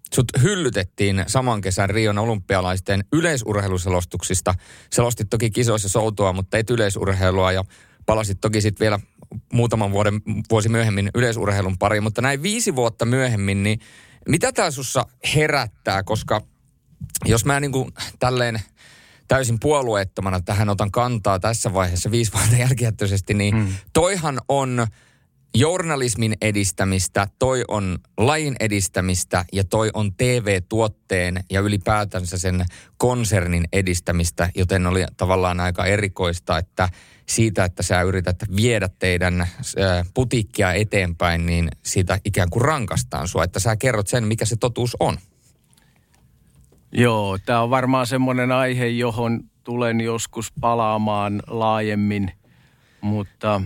sut hyllytettiin saman kesän Rion olympialaisten yleisurheiluselostuksista. Selostit toki kisoissa soutua, mutta et yleisurheilua ja palasit toki sitten vielä muutaman vuoden, vuosi myöhemmin yleisurheilun pariin. Mutta näin viisi vuotta myöhemmin, niin mitä tää sussa herättää? Koska jos mä niin kuin tälleen täysin puolueettomana tähän otan kantaa tässä vaiheessa viisi vuotta jälkijättöisesti, niin hmm. toihan on journalismin edistämistä, toi on lajin edistämistä ja toi on T V-tuotteen ja ylipäätänsä sen konsernin edistämistä, joten oli tavallaan aika erikoista, että siitä, että sä yrität viedä teidän putiikkia eteenpäin, niin siitä ikään kuin rankastaan sua, että sä kerrot sen, mikä se totuus on. Joo, tämä on varmaan semmoinen aihe, johon tulen joskus palaamaan laajemmin, mutta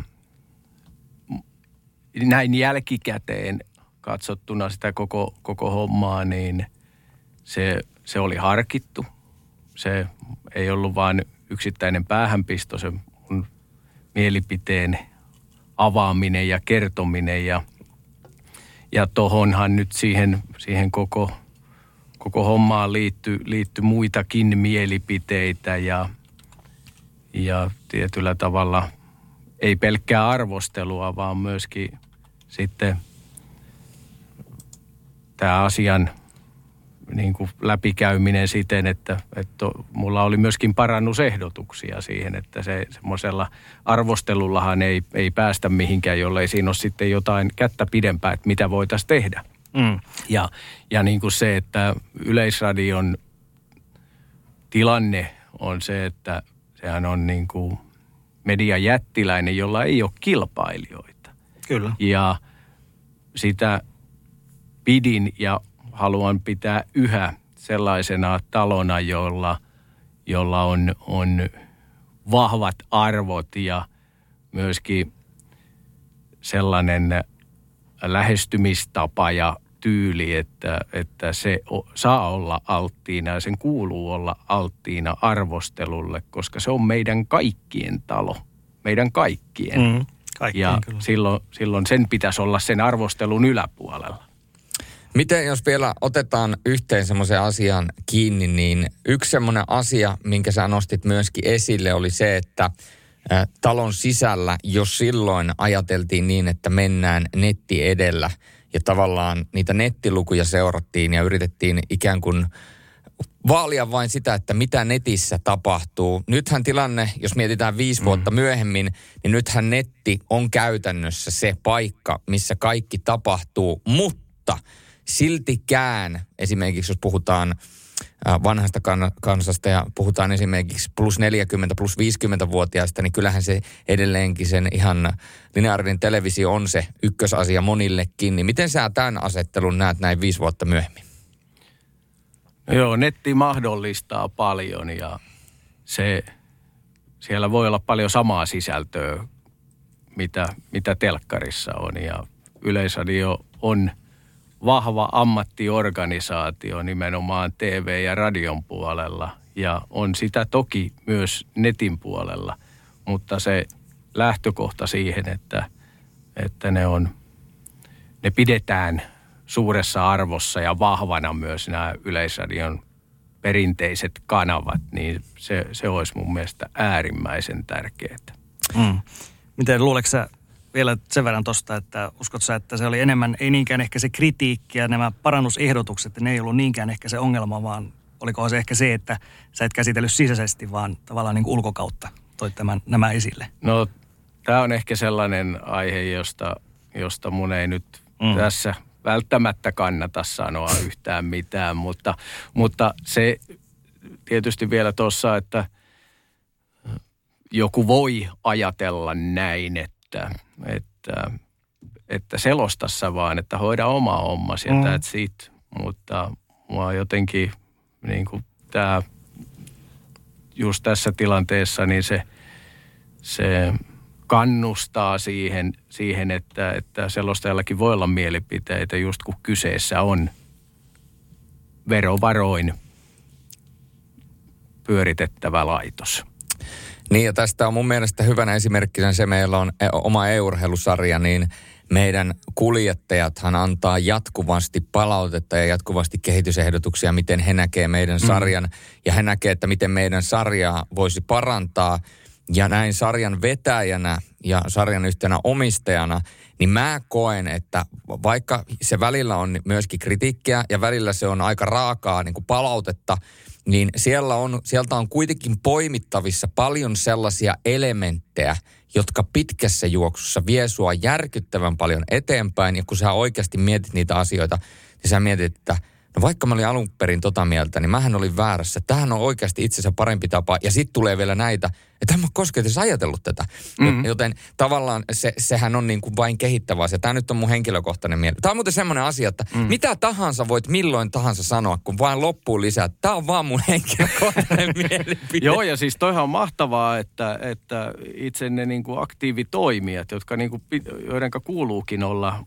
näin jälkikäteen katsottuna sitä koko, koko hommaa, niin se, se oli harkittu. Se ei ollut vain yksittäinen päähänpisto, se mun mielipiteen avaaminen ja kertominen. Ja, ja tohonhan nyt siihen, siihen koko, koko hommaan liittyi, liittyi muitakin mielipiteitä ja, ja tietyllä tavalla ei pelkkää arvostelua, vaan myöskin sitten tämä asian niin kuin läpikäyminen siten, että, että mulla oli myöskin parannusehdotuksia siihen, että se semmoisella arvostelullahan ei, ei päästä mihinkään, jollei siinä ole sitten jotain kättä pidempää, että mitä voitaisiin tehdä. Mm. Ja, ja niin kuin se, että Yleisradion tilanne on se, että sehän on niin kuin mediajättiläinen, jolla ei ole kilpailijoita. Kyllä. Ja sitä pidin ja haluan pitää yhä sellaisena talona, jolla, jolla on, on vahvat arvot ja myöskin sellainen lähestymistapa ja tyyli, että, että se saa olla alttiina ja sen kuuluu olla alttiina arvostelulle, koska se on meidän kaikkien talo. Meidän kaikkien. Mm, kaikkien ja silloin, silloin sen pitäisi olla sen arvostelun yläpuolella. Miten jos vielä otetaan yhteen semmoisen asian kiinni, niin yksi semmoinen asia, minkä sä nostit myöskin esille, oli se, että ä, talon sisällä jo silloin ajateltiin niin, että mennään netti edellä. Ja tavallaan niitä nettilukuja seurattiin ja yritettiin ikään kuin vaalia vain sitä, että mitä netissä tapahtuu. Nythän tilanne, jos mietitään viisi mm. vuotta myöhemmin, niin nythän netti on käytännössä se paikka, missä kaikki tapahtuu, mutta siltikään, esimerkiksi jos puhutaan vanhasta kansasta ja puhutaan esimerkiksi plus neljäkymmentä, plus viisikymmentä-vuotiaista, niin kyllähän se edelleenkin sen ihan lineaarinen televisio on se ykkösasia monillekin. Niin miten sä tämän asettelun näet näin viisi vuotta myöhemmin? No joo, netti mahdollistaa paljon ja se, siellä voi olla paljon samaa sisältöä, mitä, mitä telkkarissa on. Ja Yleisradio on vahva ammattiorganisaatio nimenomaan T V- ja radion puolella ja on sitä toki myös netin puolella, mutta se lähtökohta siihen, että, että ne, on, ne pidetään suuressa arvossa ja vahvana myös nämä Yleisradion perinteiset kanavat, niin se, se olisi mun mielestä äärimmäisen tärkeää. Mm. Miten luuletko sä vielä sen verran tosta, että uskotko sä, että se oli enemmän, ei niinkään ehkä se kritiikki ja nämä parannusehdotukset, ne ei ollut niinkään ehkä se ongelma, vaan oliko se ehkä se, että sä et käsitellyt sisäisesti, vaan tavallaan niin kuin ulkokautta toit tämän, nämä esille? No, tämä on ehkä sellainen aihe, josta, josta mun ei nyt mm. tässä välttämättä kannata sanoa yhtään mitään, mutta, mutta se tietysti vielä tuossa, että joku voi ajatella näin, että Että, että selostassa vaan, että hoida oma hommasi ja mm. that's it. Mutta mua jotenkin niin kuin tämä just tässä tilanteessa, niin se, se kannustaa siihen, siihen että, että selostajallakin voi olla mielipiteitä just kun kyseessä on verovaroin pyöritettävä laitos. Niin ja tästä on mun mielestä hyvänä esimerkkinä se, meillä on oma e-urheilusarja, niin meidän kuljettajathan antaa jatkuvasti palautetta ja jatkuvasti kehitysehdotuksia, miten he näkee meidän sarjan. Mm. Ja he näkee, että miten meidän sarjaa voisi parantaa. Ja näin sarjan vetäjänä ja sarjan yhtenä omistajana, niin mä koen, että vaikka se välillä on myöskin kritiikkiä ja välillä se on aika raakaa niin kuin palautetta, niin siellä on, sieltä on kuitenkin poimittavissa paljon sellaisia elementtejä, jotka pitkässä juoksussa vie sua järkyttävän paljon eteenpäin. Ja kun sä oikeasti mietit niitä asioita, niin sä mietit, että no vaikka mä olin alun perin tota mieltä, niin mähän olin väärässä. Tämähän on oikeasti itsensä parempi tapa. Ja sitten tulee vielä näitä, että en mä koskaan edes ajatellut tätä. Mm-hmm. Joten tavallaan se, sehän on niin kuin vain kehittävää asia. Tämä nyt on mun henkilökohtainen mielipide. Tämä on muuten semmoinen asia, että mm. mitä tahansa voit milloin tahansa sanoa, kun vain loppuun lisää. Tämä on vaan mun henkilökohtainen mielipide. Joo, ja siis toihan on mahtavaa, että, että itse ne niin kuin aktiivitoimijat, jotka niin kuin, joidenka kuuluukin olla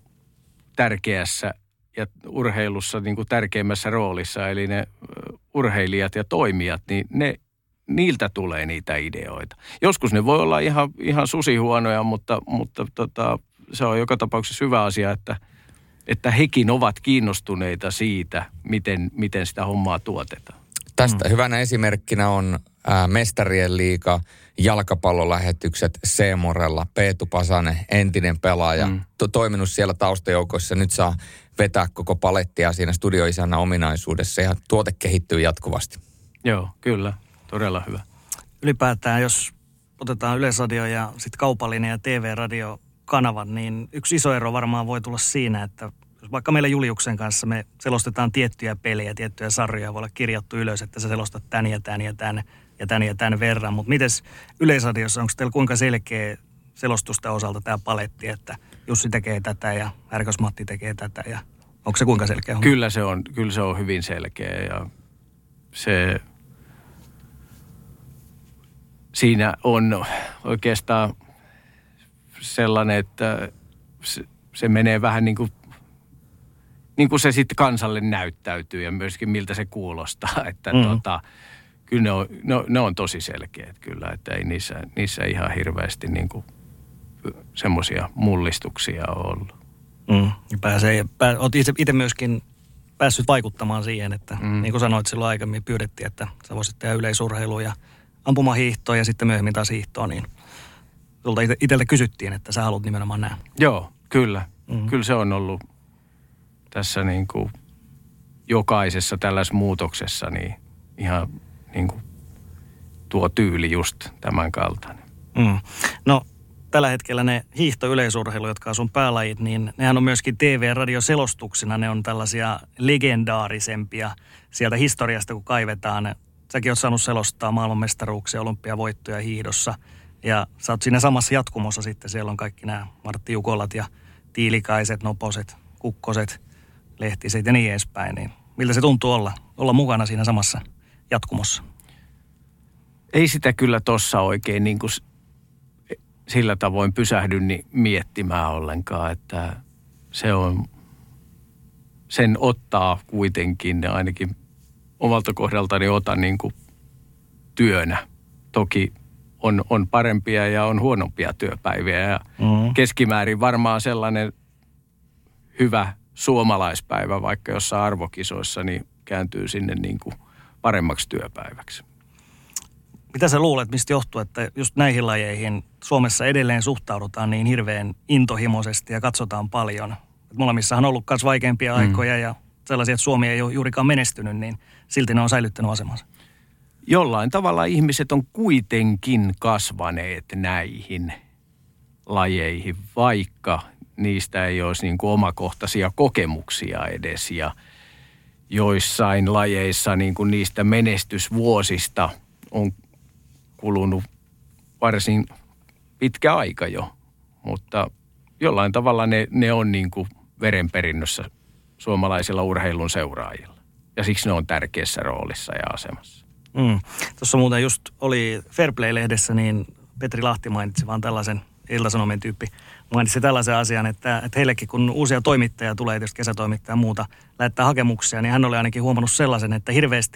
tärkeässä ja urheilussa niin kuin tärkeimmässä roolissa, eli ne urheilijat ja toimijat, niin ne, niiltä tulee niitä ideoita. Joskus ne voi olla ihan, ihan susihuonoja, mutta, mutta tota, se on joka tapauksessa hyvä asia, että, että hekin ovat kiinnostuneita siitä, miten, miten sitä hommaa tuotetaan. Tästä mm. hyvänä esimerkkinä on ää, Mestarien liiga, jalkapallolähetykset C-Morella, Peetu Pasanen, entinen pelaaja, mm. to, toiminut siellä taustajoukoissa, nyt saa vetää koko palettia siinä studioisännän ominaisuudessa ja tuote kehittyy jatkuvasti. Joo, kyllä. Todella hyvä. Ylipäätään, jos otetaan Yleisradio ja sitten kaupallinen ja T V-radiokanavat, niin yksi iso ero varmaan voi tulla siinä, että jos vaikka meillä Juliuksen kanssa me selostetaan tiettyjä pelejä, tiettyjä sarjoja, voi olla kirjattu ylös, että sä selostat tän ja tän ja tän ja tän ja tän verran. Mutta mites Yleisradiossa, onko teillä kuinka selkeä selostusta osalta tämä paletti, että Jussi tekee tätä ja Härkös Matti tekee tätä ja onko se kuinka selkeä? Kyllä se on, kyllä se on hyvin selkeä ja se... Siinä on oikeastaan sellainen, että se, se menee vähän niin kuin, niin kuin se sitten kansalle näyttäytyy ja myöskin miltä se kuulostaa. Että mm. tota, kyllä ne on, no, ne on tosi selkeät kyllä, että ei niissä, niissä ihan hirveästi niin kuin semmoisia mullistuksia ole ollut. Mm. Pääsee, pää, olet itse myöskin päässyt vaikuttamaan siihen, että mm. niin kuin sanoit silloin aikaisemmin, pyydettiin, että sä voisit tehdä yleisurheilua ja ampumahiihtoa ja sitten myöhemmin taas hiihtoa, niin sulta itseltä kysyttiin, että sä haluat nimenomaan nämä. Joo, kyllä. Mm-hmm. Kyllä se on ollut tässä niin kuin jokaisessa tällaisessa muutoksessa niin ihan niin kuin tuo tyyli just tämän kaltainen. Mm. No tällä hetkellä ne hiihto-yleisurheilu, jotka on sun päälajit, niin nehän on myöskin T V- ja radioselostuksina. Ne on tällaisia legendaarisempia sieltä historiasta, kun kaivetaan. Säkin oot saanut selostaa maailmanmestaruuksia, olympiavoittoja hiihdossa. Ja sä oot siinä samassa jatkumossa sitten. Siellä on kaikki nämä Martti Jukolat ja Tiilikaiset, Noposet, Kukkoset, Lehtiset ja niin edespäin. Niin miltä se tuntuu olla, olla mukana siinä samassa jatkumossa? Ei sitä kyllä tossa oikein niin kuin sillä tavoin pysähdy niin miettimään ollenkaan, että se on, sen ottaa kuitenkin ainakin omalta kohdaltani otan niin kuin työnä. Toki on, on parempia ja on huonompia työpäiviä ja mm-hmm. keskimäärin varmaan sellainen hyvä suomalaispäivä, vaikka jossain arvokisoissa, niin kääntyy sinne niin kuin paremmaksi työpäiväksi. Mitä sä luulet, mistä johtuu, että just näihin lajeihin Suomessa edelleen suhtaudutaan niin hirveän intohimoisesti ja katsotaan paljon? Molemmissahan on ollut myös vaikeampia aikoja mm. ja sellaisia, että Suomi ei ole juurikaan menestynyt, niin silti ne on säilyttänyt asemansa. Jollain tavalla ihmiset on kuitenkin kasvaneet näihin lajeihin, vaikka niistä ei olisi niin kuin omakohtaisia kokemuksia edes. Ja joissain lajeissa niin kuin niistä menestysvuosista on kulunut varsin pitkä aika jo, mutta jollain tavalla ne, ne on niin kuin verenperinnössä suomalaisilla urheilun seuraajilla. Ja siksi ne on tärkeässä roolissa ja asemassa. Mm. Tuossa muuten just oli Fairplay-lehdessä, niin Petri Lahti mainitsi vaan tällaisen Ilta-Sanomien tyyppi. Mainitsi tällaisen asian, että, että heillekin kun uusia toimittajia tulee, tietysti kesätoimittaja ja muuta, lähettää hakemuksia, niin hän oli ainakin huomannut sellaisen, että hirveästi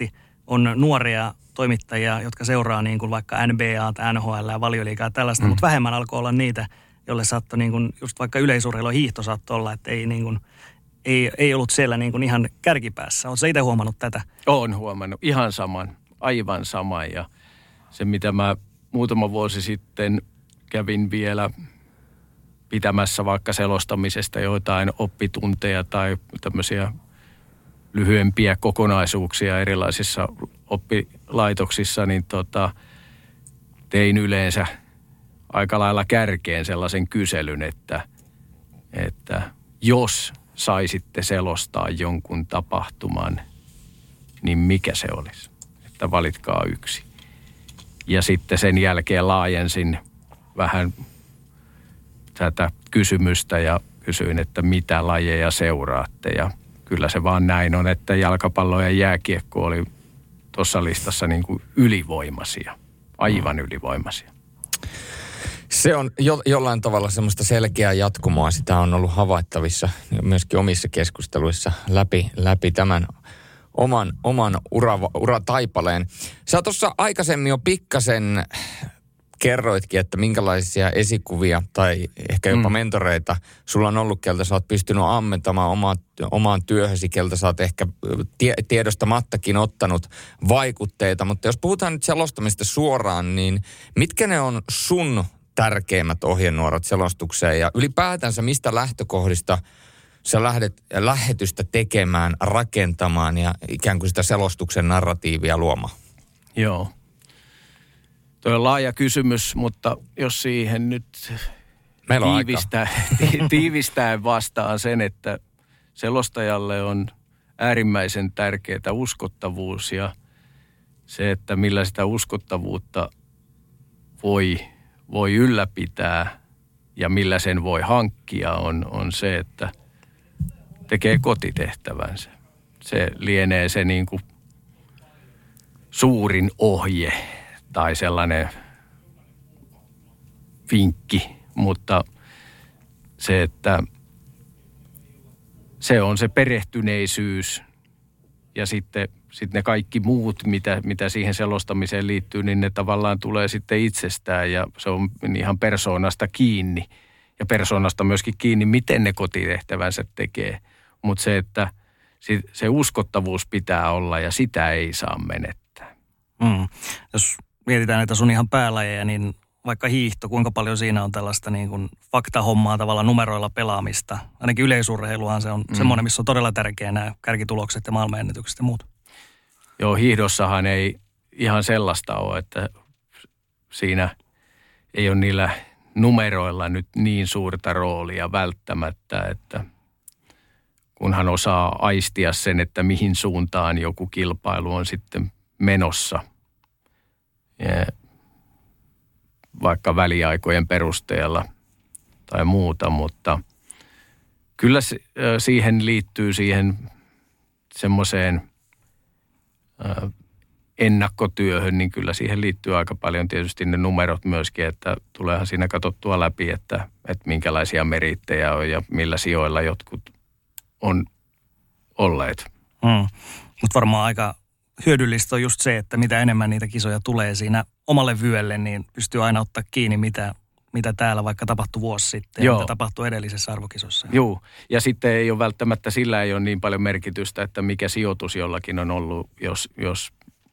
on nuoria toimittajia, jotka seuraa niin kuin vaikka N B A tai N H L ja Valioliigaa ja tällaista, mm. mutta vähemmän alkoi olla niitä, jolle saattoi niin kuin, just vaikka yleisurheilu ja hiihto saattoi olla, että ei, niin kuin, ei, ei ollut siellä niin kuin ihan kärkipäässä. Oletko itse huomannut tätä? Olen huomannut ihan saman, aivan saman ja se mitä mä muutama vuosi sitten kävin vielä pitämässä vaikka selostamisesta joitain oppitunteja tai tämmöisiä lyhyempiä kokonaisuuksia erilaisissa oppilaitoksissa, niin tota, tein yleensä aika lailla kärkeen sellaisen kyselyn, että, että jos saisitte selostaa jonkun tapahtuman, niin mikä se olisi? Että valitkaa yksi. Ja sitten sen jälkeen laajensin vähän tätä kysymystä ja kysyin, että mitä lajeja seuraatte. Ja kyllä se vaan näin on, että jalkapallo ja jääkiekko oli tuossa listassa niin kuin ylivoimaisia, aivan ylivoimaisia. Se on jo, jollain tavalla semmoista selkeää jatkumoa. Sitä on ollut havaittavissa myöskin omissa keskusteluissa läpi, läpi tämän oman, oman ura, urataipaleen. Sä tuossa aikaisemmin jo pikkasen kerroitkin, että minkälaisia esikuvia tai ehkä jopa mm. mentoreita sulla on ollut, keltä sä oot pystynyt ammentamaan oma, omaan työhösi, keltä sä oot ehkä tie, tiedostamattakin ottanut vaikutteita. Mutta jos puhutaan nyt selostamista suoraan, niin mitkä ne on sun tärkeimmät ohjenuorat selostukseen ja ylipäätänsä mistä lähtökohdista sä lähdet lähetystä tekemään, rakentamaan ja ikään kuin sitä selostuksen narratiivia luomaan? Joo. Tuo on laaja kysymys, mutta jos siihen nyt tiivistää, tiivistää vastaan sen, että selostajalle on äärimmäisen tärkeää uskottavuus ja se, että millä sitä uskottavuutta voi, voi ylläpitää ja millä sen voi hankkia on, on se, että tekee kotitehtävänsä. Se lienee se niin kuin suurin ohje tai sellainen vinkki, mutta se, että se on se perehtyneisyys ja sitten, sitten ne kaikki muut, mitä, mitä siihen selostamiseen liittyy, niin ne tavallaan tulee sitten itsestään ja se on ihan persoonasta kiinni ja persoonasta myöskin kiinni, miten ne kotitehtävänsä tekee. Mutta se, että se uskottavuus pitää olla ja sitä ei saa menettää. Mm. Jos mietitään näitä sun ihan päälajeja, niin vaikka hiihto, kuinka paljon siinä on tällaista niin kuin faktahommaa tavalla numeroilla pelaamista. Ainakin yleisurheiluhan se on mm. semmoinen, missä on todella tärkeää nämä kärkitulokset ja maailmanennätykset ja muut. Joo, hiihdossahan ei ihan sellaista ole, että siinä ei ole niillä numeroilla nyt niin suurta roolia välttämättä, että kunhan osaa aistia sen, että mihin suuntaan joku kilpailu on sitten menossa. Ja vaikka väliaikojen perusteella tai muuta, mutta kyllä siihen liittyy siihen semmoiseen ennakkotyöhön, niin kyllä siihen liittyy aika paljon tietysti ne numerot myöskin, että tuleehan siinä katsottua läpi, että, että minkälaisia merittejä on ja millä sijoilla jotkut on olleet. Mm. Mutta varmaan aika hyödyllistä on just se, että mitä enemmän niitä kisoja tulee siinä omalle vyölle, niin pystyy aina ottaa kiinni, mitä, mitä täällä vaikka tapahtui vuosi sitten ja mitä tapahtui edellisessä arvokisossa. Joo, ja sitten ei ole välttämättä, sillä ei ole niin paljon merkitystä, että mikä sijoitus jollakin on ollut, jos, jos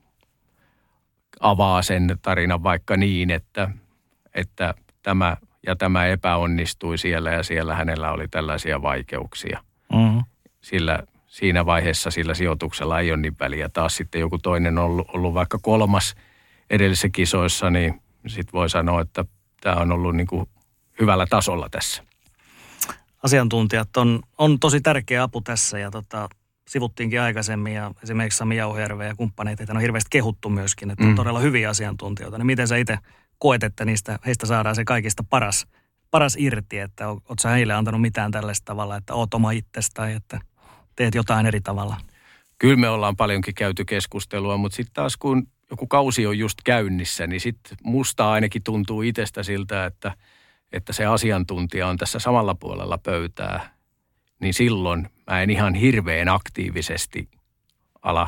avaa sen tarinan vaikka niin, että, että tämä ja tämä epäonnistui siellä ja siellä hänellä oli tällaisia vaikeuksia. Mm-hmm. Sillä siinä vaiheessa sillä sijoituksella ei ole niin väliä. Taas sitten joku toinen on ollut, ollut vaikka kolmas edellisissä kisoissa, niin sitten voi sanoa, että tämä on ollut niin kuin hyvällä tasolla tässä. Asiantuntijat on, on tosi tärkeä apu tässä ja tota, sivuttiinkin aikaisemmin ja esimerkiksi Sami Jauhojärven ja kumppaneita on hirveästi kehuttu myöskin, että on mm. todella hyviä asiantuntijoita. Niin miten sä itse koet, että niistä, heistä saadaan se kaikista paras, paras irti, että oot sä heille antanut mitään tällaista tavalla, että oot oma itsesi tai että teet jotain eri tavalla? Kyllä me ollaan paljonkin käyty keskustelua, mutta sitten taas kun joku kausi on just käynnissä, niin sitten musta ainakin tuntuu itsestä siltä, että, että se asiantuntija on tässä samalla puolella pöytää. Niin silloin mä en ihan hirveän aktiivisesti ala,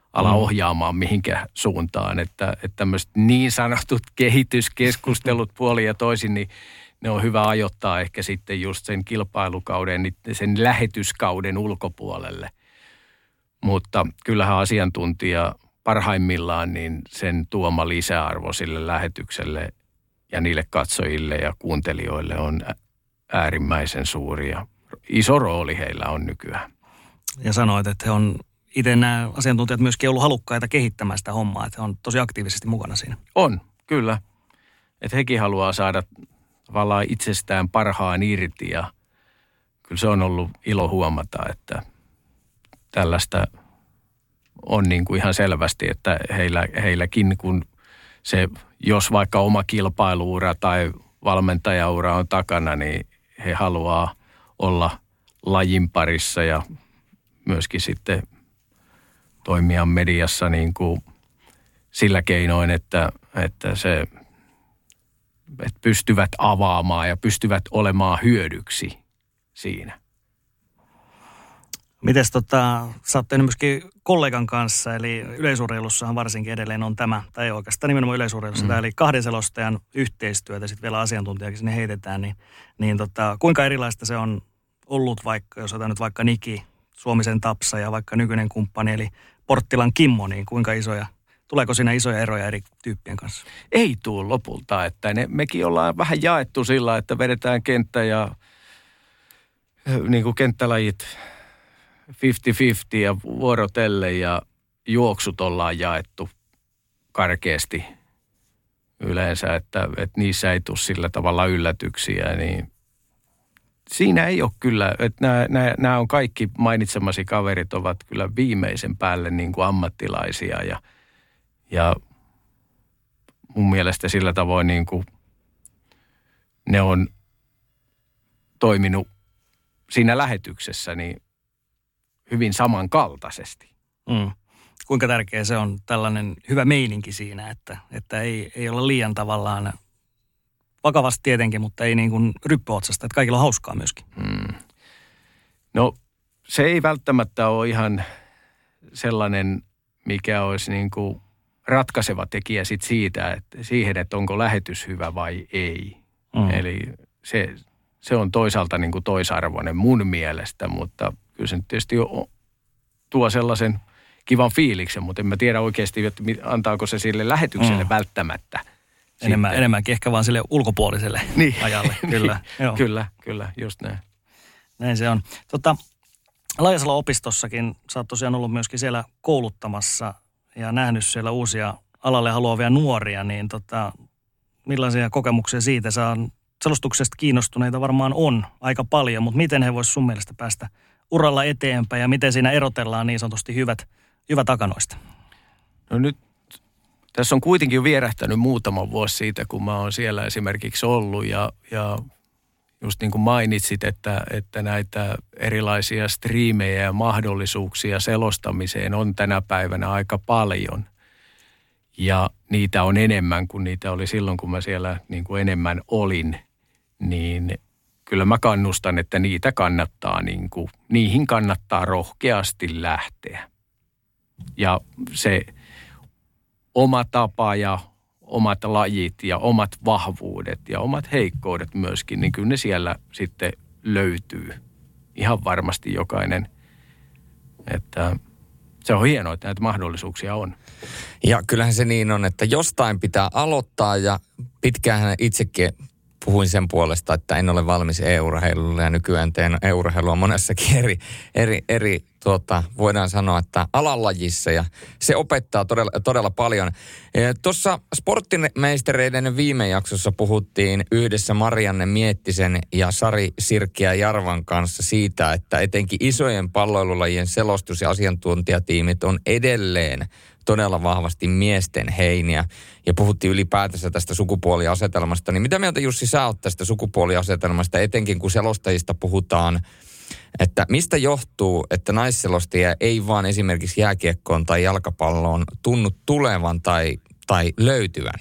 ala ohjaamaan mihinkä suuntaan. Että, että tämmöiset niin sanotut kehityskeskustelut puolin ja toisin, niin ne on hyvä ajoittaa ehkä sitten just sen kilpailukauden, sen lähetyskauden ulkopuolelle. Mutta kyllähän asiantuntija parhaimmillaan niin sen tuoma lisäarvo sille lähetykselle ja niille katsojille ja kuuntelijoille on äärimmäisen suuri ja iso rooli heillä on nykyään. Ja sanoit, että he on itse nämä asiantuntijat myöskin ollut halukkaita kehittämään sitä hommaa, että he on tosi aktiivisesti mukana siinä. On, kyllä. Että hekin haluaa saada tavallaan itsestään parhaan irti ja kyllä se on ollut ilo huomata, että tällaista on niin kuin ihan selvästi, että heillä, heilläkin kun se, jos vaikka oma kilpailuura tai valmentajaura on takana, niin he haluaa olla lajin parissa ja myöskin sitten toimia mediassa niin kuin sillä keinoin, että, että se että pystyvät avaamaan ja pystyvät olemaan hyödyksi siinä. Mites tota, sä oot tehnyt myöskin kollegan kanssa, eli yleisurheilussahan varsinkin edelleen on tämä, tai oikeastaan nimenomaan yleisurheilussa, mm. eli kahden selostajan yhteistyötä, sitten vielä asiantuntijakin sinne heitetään, niin, niin tota, kuinka erilaista se on ollut vaikka, jos otan nyt vaikka Niki, Suomisen Tapsa ja vaikka nykyinen kumppani, eli Porttilan Kimmo, niin kuinka isoja, tuleeko siinä isoja eroja eri tyyppien kanssa? Ei tule lopulta, että ne, mekin ollaan vähän jaettu sillä, että vedetään kenttä ja niin kuin kenttälajit viisikymmentä viisikymmentä ja vuorotelle ja juoksut ollaan jaettu karkeasti yleensä, että, että niissä ei tule sillä tavalla yllätyksiä, niin siinä ei ole kyllä, että nämä, nämä, nämä on kaikki mainitsemasi kaverit ovat kyllä viimeisen päälle niin kuin ammattilaisia ja, ja mun mielestä sillä tavoin niin kuin ne on toiminut siinä lähetyksessä niin hyvin samankaltaisesti. Mm. Kuinka tärkeä se on tällainen hyvä meininki siinä, että, että ei, ei olla liian tavallaan vakavasti tietenkin, mutta ei niin kuin ryppyotsasta, että kaikilla on hauskaa myöskin. Mm. No se ei välttämättä ole ihan sellainen, mikä olisi niin kuin ratkaiseva tekijä sit siitä, että siihen, että onko lähetys hyvä vai ei. Mm. Eli se, se on toisaalta niin kuin toisarvoinen mun mielestä, mutta kyllä se nyt tietysti tuo sellaisen kivan fiiliksen, mutta en mä tiedä oikeasti, että antaako se sille lähetykselle mm. välttämättä. Enemmän, enemmänkin ehkä vaan sille ulkopuoliselle niin. ajalle. Kyllä, niin. kyllä, kyllä, just näin. Näin se on. Tota, Lajasalon-opistossakin sä oot tosiaan ollut myöskin siellä kouluttamassa ja nähnyt siellä uusia alalle haluavia nuoria, niin tota, millaisia kokemuksia siitä saa? Selostuksesta kiinnostuneita varmaan on aika paljon, mutta miten he voisivat sun mielestä päästä uralla eteenpäin ja miten siinä erotellaan niin sanotusti hyvät, hyvät takanoista? No nyt tässä on kuitenkin jo vierähtänyt muutama vuosi siitä, kun mä oon siellä esimerkiksi ollut ja, ja just niin kuin mainitsit, että, että näitä erilaisia striimejä ja mahdollisuuksia selostamiseen on tänä päivänä aika paljon. Ja niitä on enemmän kuin niitä oli silloin, kun mä siellä niin kuin enemmän olin, niin kyllä mä kannustan, että niitä kannattaa, niin kuin, niihin kannattaa rohkeasti lähteä. Ja se oma tapa ja omat lajit ja omat vahvuudet ja omat heikkoudet myöskin, niin kyllä ne siellä sitten löytyy. Ihan varmasti jokainen. Että se on hienoa, että näitä mahdollisuuksia on. Ja kyllähän se niin on, että jostain pitää aloittaa ja pitkään itsekin puhuin sen puolesta, että en ole valmis e-urheilulle ja nykyään teen e-urheilua monessakin eri, eri, eri tuota, voidaan sanoa, että alalajissa ja se opettaa todella, todella paljon. Tuossa sporttimeistereiden viime jaksossa puhuttiin yhdessä Marianne Miettisen ja Sari Sirkkiä Jarvan kanssa siitä, että etenkin isojen palloilulajien selostus- ja asiantuntijatiimit on edelleen todella vahvasti miesten heiniä. Ja puhuttiin ylipäätänsä tästä sukupuoliasetelmasta. Niin mitä mieltä Jussi sä oot tästä sukupuoliasetelmasta, etenkin kun selostajista puhutaan, että mistä johtuu, että naisselostajia ei vaan esimerkiksi jääkiekkoon tai jalkapalloon tunnu tulevan tai, tai löytyvän?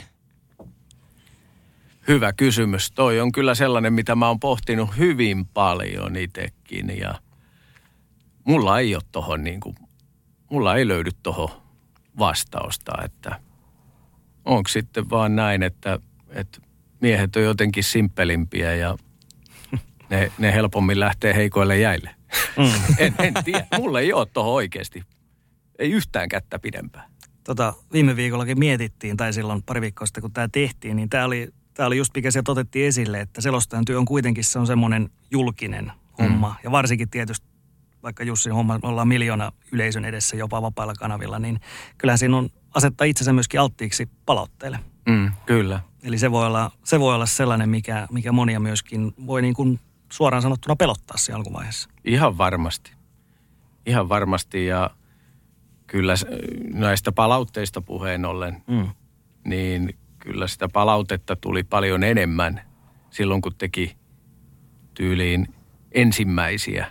Hyvä kysymys. Toi on kyllä sellainen, mitä mä oon pohtinut hyvin paljon itsekin. Ja mulla ei ole tohon niin kuin, mulla ei löydy tohon vastausta, että onko sitten vaan näin, että, että miehet on jotenkin simppelimpiä ja ne, ne helpommin lähtee heikoille jäille. Mm. En, en tiedä. Mulla ei ole tuohon oikeasti. Ei yhtään kättä pidempään. Tota, viime viikollakin mietittiin, tai silloin pari viikkoa sitten, kun tämä tehtiin, niin tämä oli, tämä oli just mikä sieltä otettiin esille, että selostajan työ on kuitenkin se on semmoinen julkinen homma. Mm. Ja varsinkin tietysti, vaikka Jussin homma ollaan miljoona yleisön edessä jopa vapailla kanavilla, niin kyllähän siinä on asettaa itsensä myöskin alttiiksi palautteelle. Mm, kyllä. Eli se voi olla, se voi olla sellainen, mikä, mikä monia myöskin voi niin kuin suoraan sanottuna pelottaa siinä alkuvaiheessa. Ihan varmasti. Ihan varmasti ja kyllä näistä palautteista puheen ollen, mm. niin kyllä sitä palautetta tuli paljon enemmän silloin, kun teki tyyliin ensimmäisiä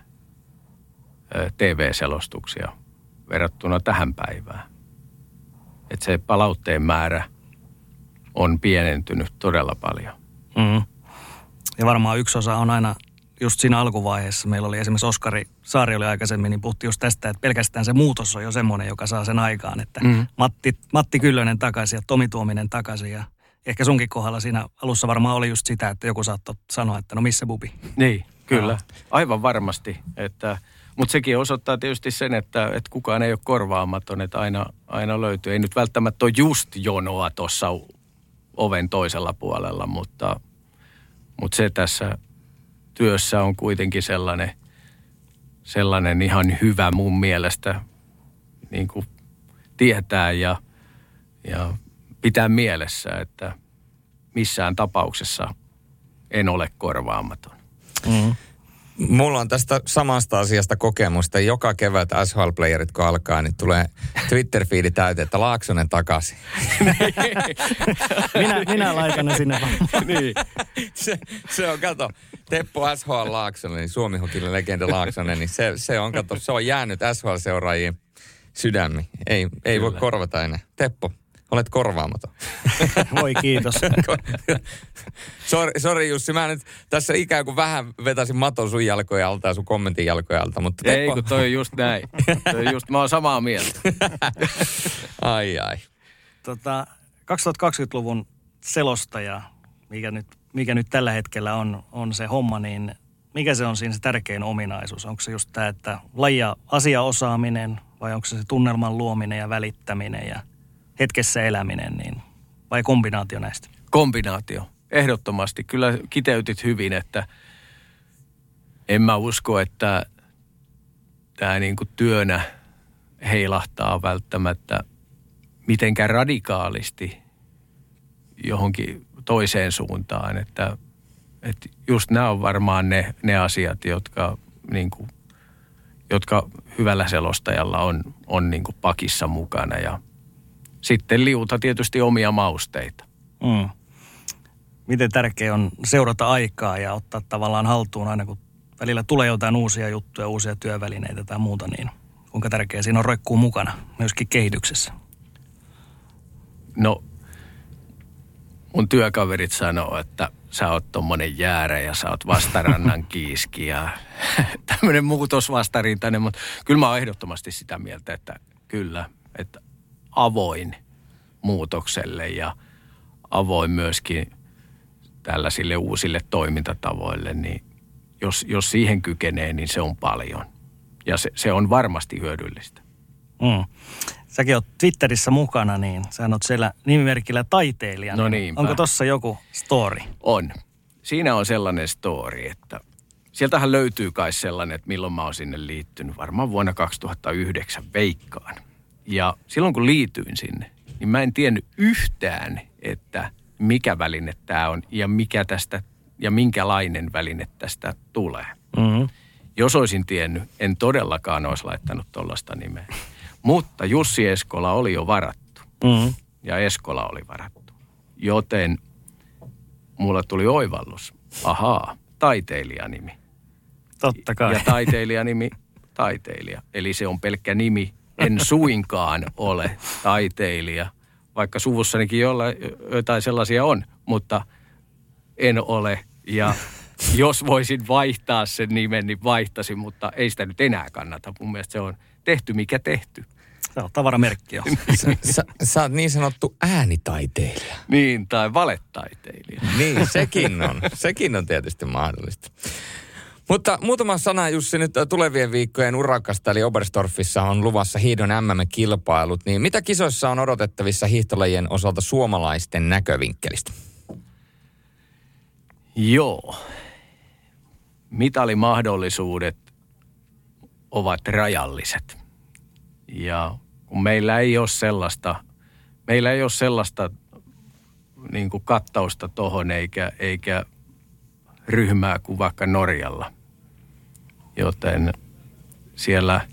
T V-selostuksia verrattuna tähän päivään. Että se palautteen määrä on pienentynyt todella paljon. Mm. Ja varmaan yksi osa on aina just siinä alkuvaiheessa. Meillä oli esimerkiksi Oskari Saari oli aikaisemmin, niin puhuttiin just tästä, että pelkästään se muutos on jo semmoinen, joka saa sen aikaan. Että mm. Matti, Matti Kyllönen takaisin ja Tomi Tuominen takaisin ja ehkä sunkin kohdalla siinä alussa varmaan oli just sitä, että joku saattoi sanoa, että no missä Bubi? Niin, kyllä. No. Aivan varmasti. Että, mutta sekin osoittaa tietysti sen, että, että kukaan ei ole korvaamaton, että aina, aina löytyy. Ei nyt välttämättä ole just jonoa tuossa oven toisella puolella, mutta, mutta se tässä työssä on kuitenkin sellainen, sellainen ihan hyvä mun mielestä niin kuin tietää ja, ja pitää mielessä, että missään tapauksessa en ole korvaamaton. Mm. Mulla on tästä samasta asiasta kokemusta. Joka kevät S H L-playerit kun alkaa, niin tulee Twitter-fiidi täyteen, että Laaksonen takaisin. minä, minä laitan ne sinne vaan. Niin. Se, se on, kato, Teppo S H L Laaksonen, niin Suomi Hokille legenda Laaksonen, niin se, se on, kato, se on jäänyt S H L-seuraajien sydämiin. Ei, ei voi korvata enää. Teppo, olet korvaamaton. Voi kiitos. Sori, sori Jussi, mä nyt tässä ikään kuin vähän vetäisin maton sun jalkojen alta ja sun kommentin jalkojen alta, mutta Teppo... Ei, kun toi on just näin. Toi on just, mä oon samaa mieltä. Ai ai. Tota, kaksituhattakaksikymmentäluvun selostaja, mikä nyt, mikä nyt tällä hetkellä on, on se homma, niin mikä se on siinä se tärkein ominaisuus? Onko se just tämä, että lajia asiaosaaminen vai onko se se tunnelman luominen ja välittäminen ja hetkessä eläminen, niin, vai kombinaatio näistä? Kombinaatio, ehdottomasti. Kyllä kiteytit hyvin, että en mä usko, että tämä niinku työnä heilahtaa välttämättä mitenkään radikaalisti johonkin toiseen suuntaan. Että, että just nämä on varmaan ne, ne asiat, jotka, niinku, jotka hyvällä selostajalla on, on niinku pakissa mukana ja sitten liuta tietysti omia mausteita. Mm. Miten tärkeää on seurata aikaa ja ottaa tavallaan haltuun aina, kun välillä tulee jotain uusia juttuja, uusia työvälineitä tai muuta, niin kuinka tärkeää siinä on roikkuu mukana myöskin kehityksessä? No, mun työkaverit sanoo, että sä oot tommonen jäärä ja sä oot vastarannan kiiski ja tämmönen muutosvastarintainen, mutta kyllä mä oon ehdottomasti sitä mieltä, että kyllä, että avoin muutokselle ja avoin myöskin tällaisille uusille toimintatavoille, niin jos, jos siihen kykenee, niin se on paljon. Ja se, se on varmasti hyödyllistä. Mm. Säkin oot Twitterissä mukana, niin sä oot siellä nimimerkillä taiteilijana. No niinpä. Onko tossa joku story? On. Siinä on sellainen story, että sieltähän löytyy kai sellainen, että milloin mä oon sinne liittynyt. Varmaan vuonna kaksituhattayhdeksän veikkaan. Ja silloin kun liityin sinne, niin mä en tiennyt yhtään, että mikä väline tämä on ja mikä tästä ja minkälainen väline tästä tulee. Mm-hmm. Jos olisin tiennyt, en todellakaan olisi laittanut tollaista nimeä. Mutta Jussi Eskola oli jo varattu mm-hmm. ja Eskola oli varattu. Joten mulla tuli oivallus. Ahaa, taiteilijanimi. Totta kai. Ja taiteilijanimi, taiteilija. Eli se on pelkkä nimi. En suinkaan ole taiteilija, vaikka suvussanikin jotain sellaisia on, mutta en ole. Ja jos voisin vaihtaa sen nimen, niin vaihtaisin, mutta ei sitä nyt enää kannata. Mun mielestä se on tehty mikä tehty. Se on tavaramerkki jo. Sä, sä, sä oot niin sanottu äänitaiteilija. Niin, tai valetaiteilija. Niin, sekin on. Sekin on tietysti mahdollista. Mutta muutama sana, Jussi, nyt tulevien viikkojen urakasta, eli Oberstdorfissa on luvassa hiihdon M M-kilpailut. Niin mitä kisoissa on odotettavissa hiihtolajien osalta suomalaisten näkövinkkelistä? Joo. Mitalimahdollisuudet ovat rajalliset. Ja kun meillä ei ole sellaista, meillä ei ole sellaista niin kuin kattausta tohon eikä, eikä ryhmää kuin vaikka Norjalla. Joten siellä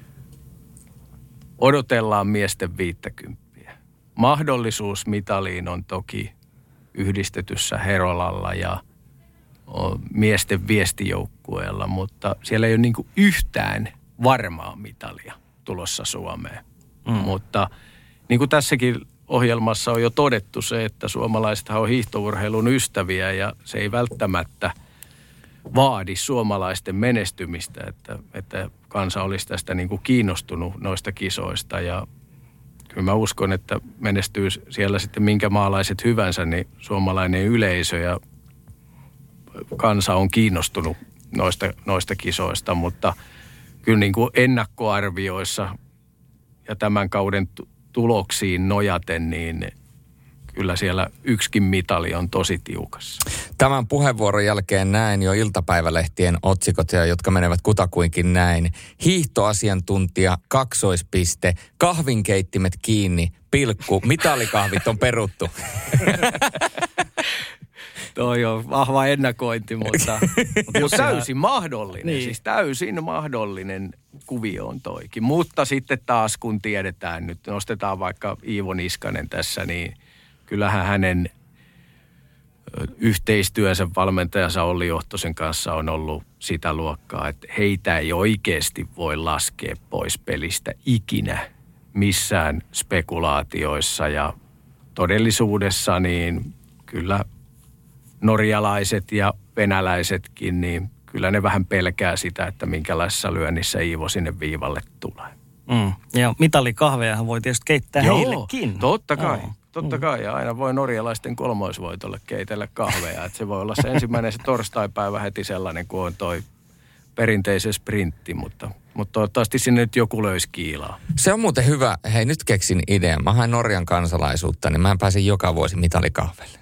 odotellaan miesten viittäkymppiä. Mahdollisuus mitaliin on toki yhdistetyssä Herolalla ja miesten viestijoukkueella, mutta siellä ei ole niin kuin yhtään varmaa mitalia tulossa Suomeen. Mm. Mutta niin kuin tässäkin ohjelmassa on jo todettu se, että suomalaisethan on hiihtourheilun ystäviä ja se ei välttämättä vaadi suomalaisten menestymistä, että, että kansa olisi tästä niin kuin kiinnostunut noista kisoista. Ja kyllä mä uskon, että menestyy siellä sitten minkä maalaiset hyvänsä, niin suomalainen yleisö ja kansa on kiinnostunut noista, noista kisoista, mutta kyllä niin kuin ennakkoarvioissa ja tämän kauden tuloksiin nojaten, niin kyllä siellä yksikin mitali on tosi tiukassa. Tämän puheenvuoron jälkeen näen jo iltapäivälehtien otsikot, jotka menevät kutakuinkin näin. Hiihtoasiantuntija, kaksoispiste, kahvinkeittimet kiinni, pilkku, mitalikahvit on peruttu. Toi on vahva ennakointi, mutta, mutta täysin mahdollinen. Niin. Siis täysin mahdollinen kuvio on toikin. Mutta sitten taas kun tiedetään, nyt nostetaan vaikka Iivo Niskanen tässä, niin kyllähän hänen yhteistyönsä valmentajansa Olli Johtosen kanssa on ollut sitä luokkaa, että heitä ei oikeasti voi laskea pois pelistä ikinä missään spekulaatioissa. Ja todellisuudessa niin kyllä norjalaiset ja venäläisetkin, niin kyllä ne vähän pelkää sitä, että minkälaisessa lyönnissä Iivo sinne viivalle tulee. Mm. Ja mitalikahvejahan voi tietysti keittää Joo, heillekin. totta kai. Oh. Totta kai, ja aina voi norjalaisten kolmoisvoitolle keitellä kahveja. Että se voi olla se ensimmäinen se torstaipäivä heti sellainen, kuin on toi perinteisen sprintti, mutta, mutta toivottavasti sinne nyt joku löysi kiilaa. Se on muuten hyvä. Hei, nyt keksin idean. Mä haen Norjan kansalaisuutta, niin mä pääsen joka vuosi mitalikahvelle.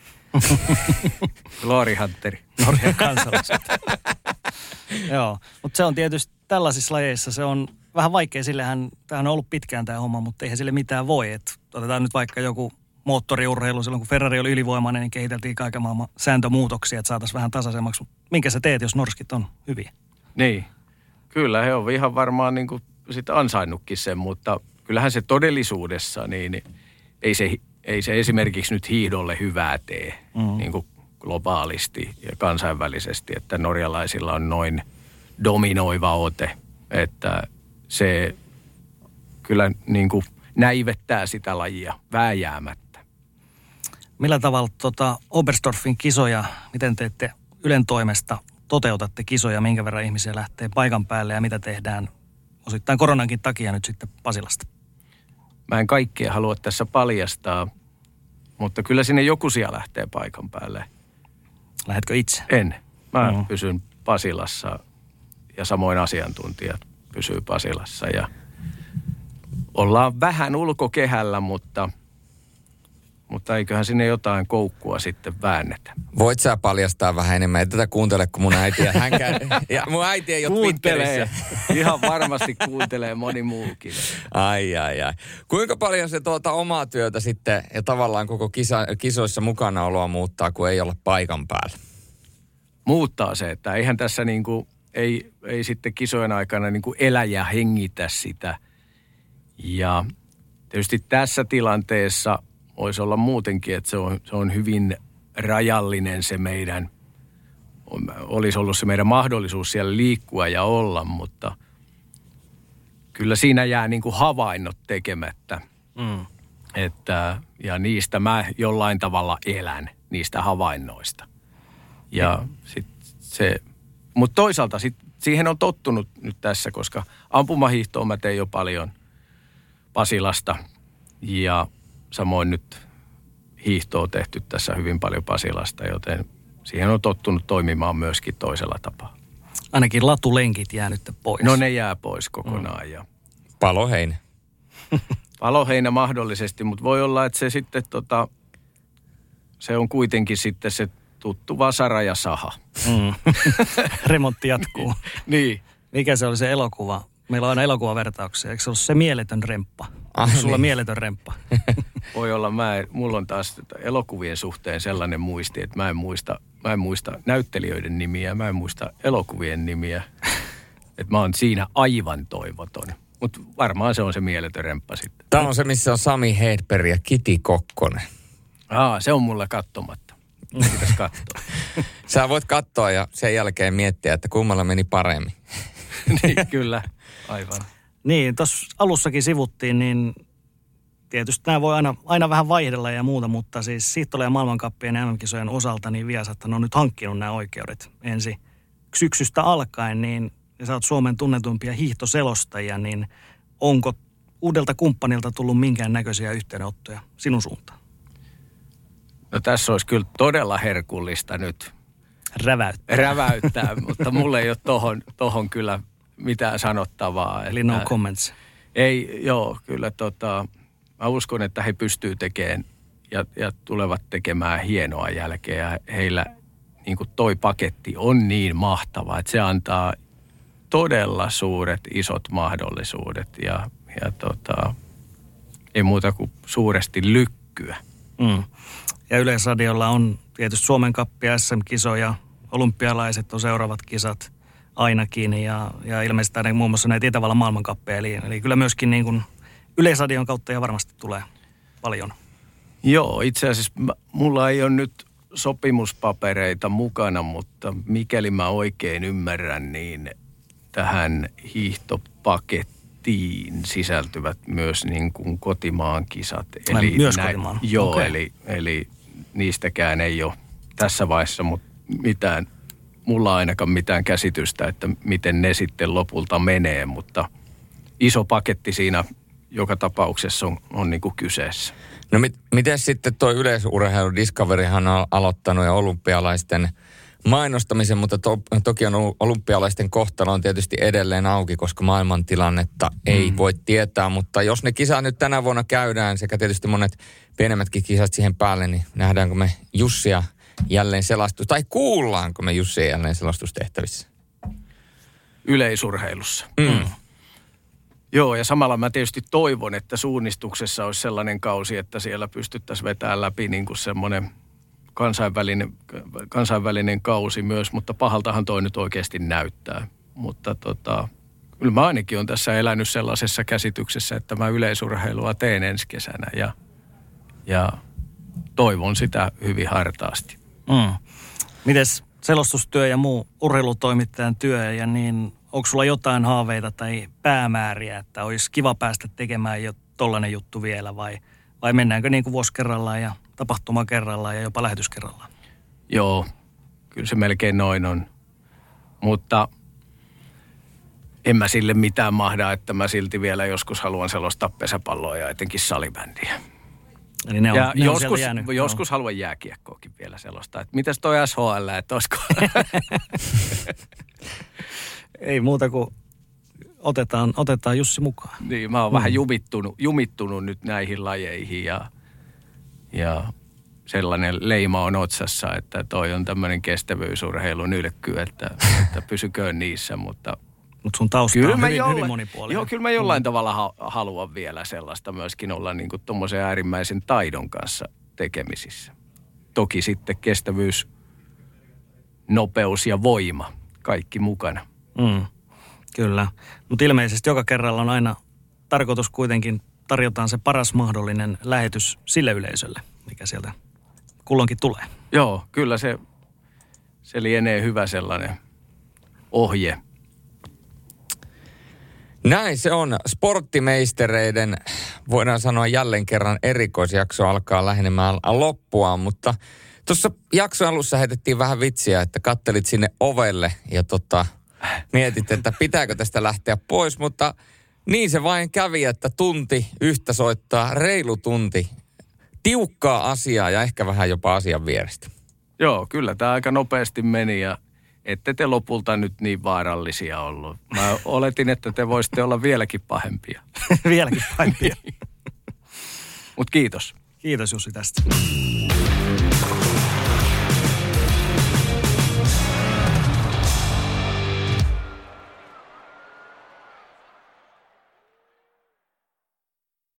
Glory Hunteri. Norjan kansalaisuutta. Joo, mutta se on tietysti tällaisissa lajeissa, se on vähän vaikea, sillehän, tämähän on ollut pitkään tämä homma, mutta eihän sille mitään voi. Et otetaan nyt vaikka joku moottoriurheilu, silloin kun Ferrari oli ylivoimainen, niin kehiteltiin kaiken maailman sääntömuutoksia, että saataisiin vähän tasaisemmaksi. Minkä sä teet, jos norskit on hyviä? Niin, kyllä he on ihan varmaan niin kuin sit ansainnutkin sen, mutta kyllähän se todellisuudessa, niin ei se, ei se esimerkiksi nyt hiihdolle hyvää tee, mm-hmm. niin kuin globaalisti ja kansainvälisesti, että norjalaisilla on noin dominoiva ote, että se kyllä niin kuin näivettää sitä lajia vääjäämättä. Millä tavalla tota Oberstdorfin kisoja, miten teette Ylen toimesta, toteutatte kisoja, minkä verran ihmisiä lähtee paikan päälle ja mitä tehdään osittain koronankin takia nyt sitten Pasilasta? Mä en kaikkea halua tässä paljastaa, mutta kyllä sinne joku siellä lähtee paikan päälle. Lähetkö itse? En. Mä Mm-hmm. pysyn Pasilassa ja samoin asiantuntijat pysyy Pasilassa ja ollaan vähän ulkokehällä, mutta, mutta eiköhän sinne jotain koukkua sitten väännetä. Voit sä paljastaa vähän enemmän? Ei tätä kuuntele, kun mun äiti ja hänkään, ja mun äiti ei ole Twitterissä. Ihan varmasti kuuntelee moni muukin. Ai, ai, ai. Kuinka paljon se tuota omaa työtä sitten ja tavallaan koko kisa, kisoissa mukanaoloa muuttaa, kun ei olla paikan päällä? Muuttaa se, että eihän tässä niin kuin, ei, ei sitten kisojen aikana niin kuin elä ja hengitä sitä. Ja tietysti tässä tilanteessa voisi olla muutenkin, että se on, se on hyvin rajallinen se meidän, olisi ollut se meidän mahdollisuus siellä liikkua ja olla, mutta kyllä siinä jää niin kuin havainnot tekemättä. Mm. Että, ja niistä mä jollain tavalla elän, niistä havainnoista. Ja sit se, mutta toisaalta sit siihen on tottunut nyt tässä, koska ampumahiihtoon mä tein jo paljon Pasilasta ja samoin nyt hiihtoa tehty tässä hyvin paljon Pasilasta, joten siihen on tottunut toimimaan myöskin toisella tapaa. Ainakin latulenkit jää nyt pois. No ne jää pois kokonaan. Mm. Ja Paloheinä. Paloheinä mahdollisesti, mutta voi olla, että se sitten tota, se on kuitenkin sitten se tuttu vasara ja saha. Mm. Remontti jatkuu. Niin. Mikä se oli se elokuva? Meillä on aina elokuvavertauksia. Eikö se ollut se mieletön remppa? Ah, Sulla niin. mieletön remppa. Voi olla, mä en, mulla on taas elokuvien suhteen sellainen muisti, että mä en muista, mä en muista näyttelijöiden nimiä, mä en muista elokuvien nimiä. Että mä oon siinä aivan toivoton. Mutta varmaan se on se mieletön remppa sitten. Tämä on se, missä on Sami Hedberg ja Kiti Kokkonen. Aa, se on mulla katsomatta. Pitäisi katsoa. Sä voit katsoa ja sen jälkeen miettiä, että kummalla meni paremmin. Niin, kyllä, aivan. Niin, tuossa alussakin sivuttiin, niin tietysti nämä voi aina, aina vähän vaihdella ja muuta, mutta siis Siihtola- ja maailmankappien ja M M-kisojen osalta, niin Viasat on nyt hankkinut nämä oikeudet ensi syksystä alkaen, niin ja sä oot Suomen tunnetuimpia hiihtoselostajia, niin onko uudelta kumppanilta tullut minkään näköisiä yhteydenottoja sinun suuntaan? No tässä olisi kyllä todella herkullista nyt Räväyttää. räväyttää, mutta mulla ei ole tohon, tohon kyllä mitään sanottavaa. Eli no että comments. Ei, joo, kyllä tota, mä uskon, että he pystyy tekemään ja, ja tulevat tekemään hienoa jälkeä. Ja heillä niin kuin toi paketti on niin mahtava, että se antaa todella suuret, isot mahdollisuudet ja, ja tota, ei muuta kuin suuresti lykkyä. Mm. Ja Yleisradiolla on tietysti Suomen kappi, S M-kisoja, olympialaiset on seuraavat kisat ainakin ja, ja ilmeisesti aina muun muassa näitä Itävallan maailmankappeja. Eli, eli kyllä myöskin niin kuin Yleisradion kautta ja varmasti tulee paljon. Joo, itse asiassa mä, mulla ei ole nyt sopimuspapereita mukana, mutta mikäli mä oikein ymmärrän, niin tähän hiihtopakettiin sisältyvät myös niin kuin kotimaan kisat. Eli myös näin, kotimaan? Joo, okay. eli, eli niistäkään ei ole tässä vaiheessa mutta mitään, mulla ainakaan mitään käsitystä, että miten ne sitten lopulta menee, mutta iso paketti siinä joka tapauksessa on, on niin kuin kyseessä. No mit, miten sitten tuo yleisurheilu Discoveryhan on aloittanut ja olympialaisten mainostamisen, mutta to, toki on olympialaisten kohtalo on tietysti edelleen auki, koska maailmantilannetta ei mm. voi tietää, mutta jos ne kisat nyt tänä vuonna käydään sekä tietysti monet pienemmätkin kisat siihen päälle, niin nähdäänkö me Jussia jälleen selastus, tai kuullaanko me Jussia jälleen selastustehtävissä? Yleisurheilussa. Mm. Joo, ja samalla mä tietysti toivon, että suunnistuksessa olisi sellainen kausi, että siellä pystyttäisiin vetämään läpi niin kuin semmoinen kansainvälinen, kansainvälinen kausi myös, mutta pahaltahan toi nyt oikeasti näyttää. Mutta tota, kyllä mä ainakin olen tässä elänyt sellaisessa käsityksessä, että mä yleisurheilua teen ensi kesänä ja, ja toivon sitä hyvin hartaasti. Mm. Mites selostustyö ja muu urheilutoimittajan työ ja niin, onko sulla jotain haaveita tai päämääriä, että olisi kiva päästä tekemään jo tollainen juttu vielä vai, vai mennäänkö niin kuin vuosi kerrallaan ja tapahtuma kerrallaan ja jopa lähetys kerrallaan? Joo, kyllä se melkein noin on. Mutta en mä sille mitään mahda, että mä silti vielä joskus haluan selostaa pesäpalloa ja etenkin salibändiä. Eli ne on, ja ne joskus, on jäänyt. joskus haluan jääkiekkoakin vielä selostaa. Että mitäs toi S H L, että olisiko? Ei muuta kuin otetaan, otetaan Jussi mukaan. Niin, mä oon mm. vähän jumittunut, jumittunut nyt näihin lajeihin ja, ja sellainen leima on otsassa, että toi on tämmöinen kestävyysurheilu nylkky, että, että pysyköön niissä, mutta Mutta sun tausta on hyvin, jollain, hyvin monipuolinen. Joo, kyllä mä jollain mm. tavalla ha- haluan vielä sellaista myöskin olla niin kuin tommoisen äärimmäisen taidon kanssa tekemisissä. Toki sitten kestävyys, nopeus ja voima, kaikki mukana. Mm, kyllä, mutta ilmeisesti joka kerralla on aina tarkoitus kuitenkin tarjotaan se paras mahdollinen lähetys sille yleisölle, mikä sieltä kulloinkin tulee. Joo, kyllä se, se lienee hyvä sellainen ohje. Näin se on. Sporttimeistereiden, voidaan sanoa jälleen kerran erikoisjakso alkaa lähenemään loppuaan, mutta tuossa jakson alussa heitettiin vähän vitsiä, että kattelit sinne ovelle ja tota, mietit, että pitääkö tästä lähteä pois, mutta Niin se vain kävi, että tunti yhtä soittaa, reilu tunti. Tiukkaa asiaa ja ehkä vähän jopa asian vierestä. Joo, kyllä tämä aika nopeasti meni ja ette te lopulta nyt niin vaarallisia ollut. Mä oletin, että te voisitte olla vieläkin pahempia. Vieläkin pahempia. Mutta kiitos. Kiitos Jussi tästä.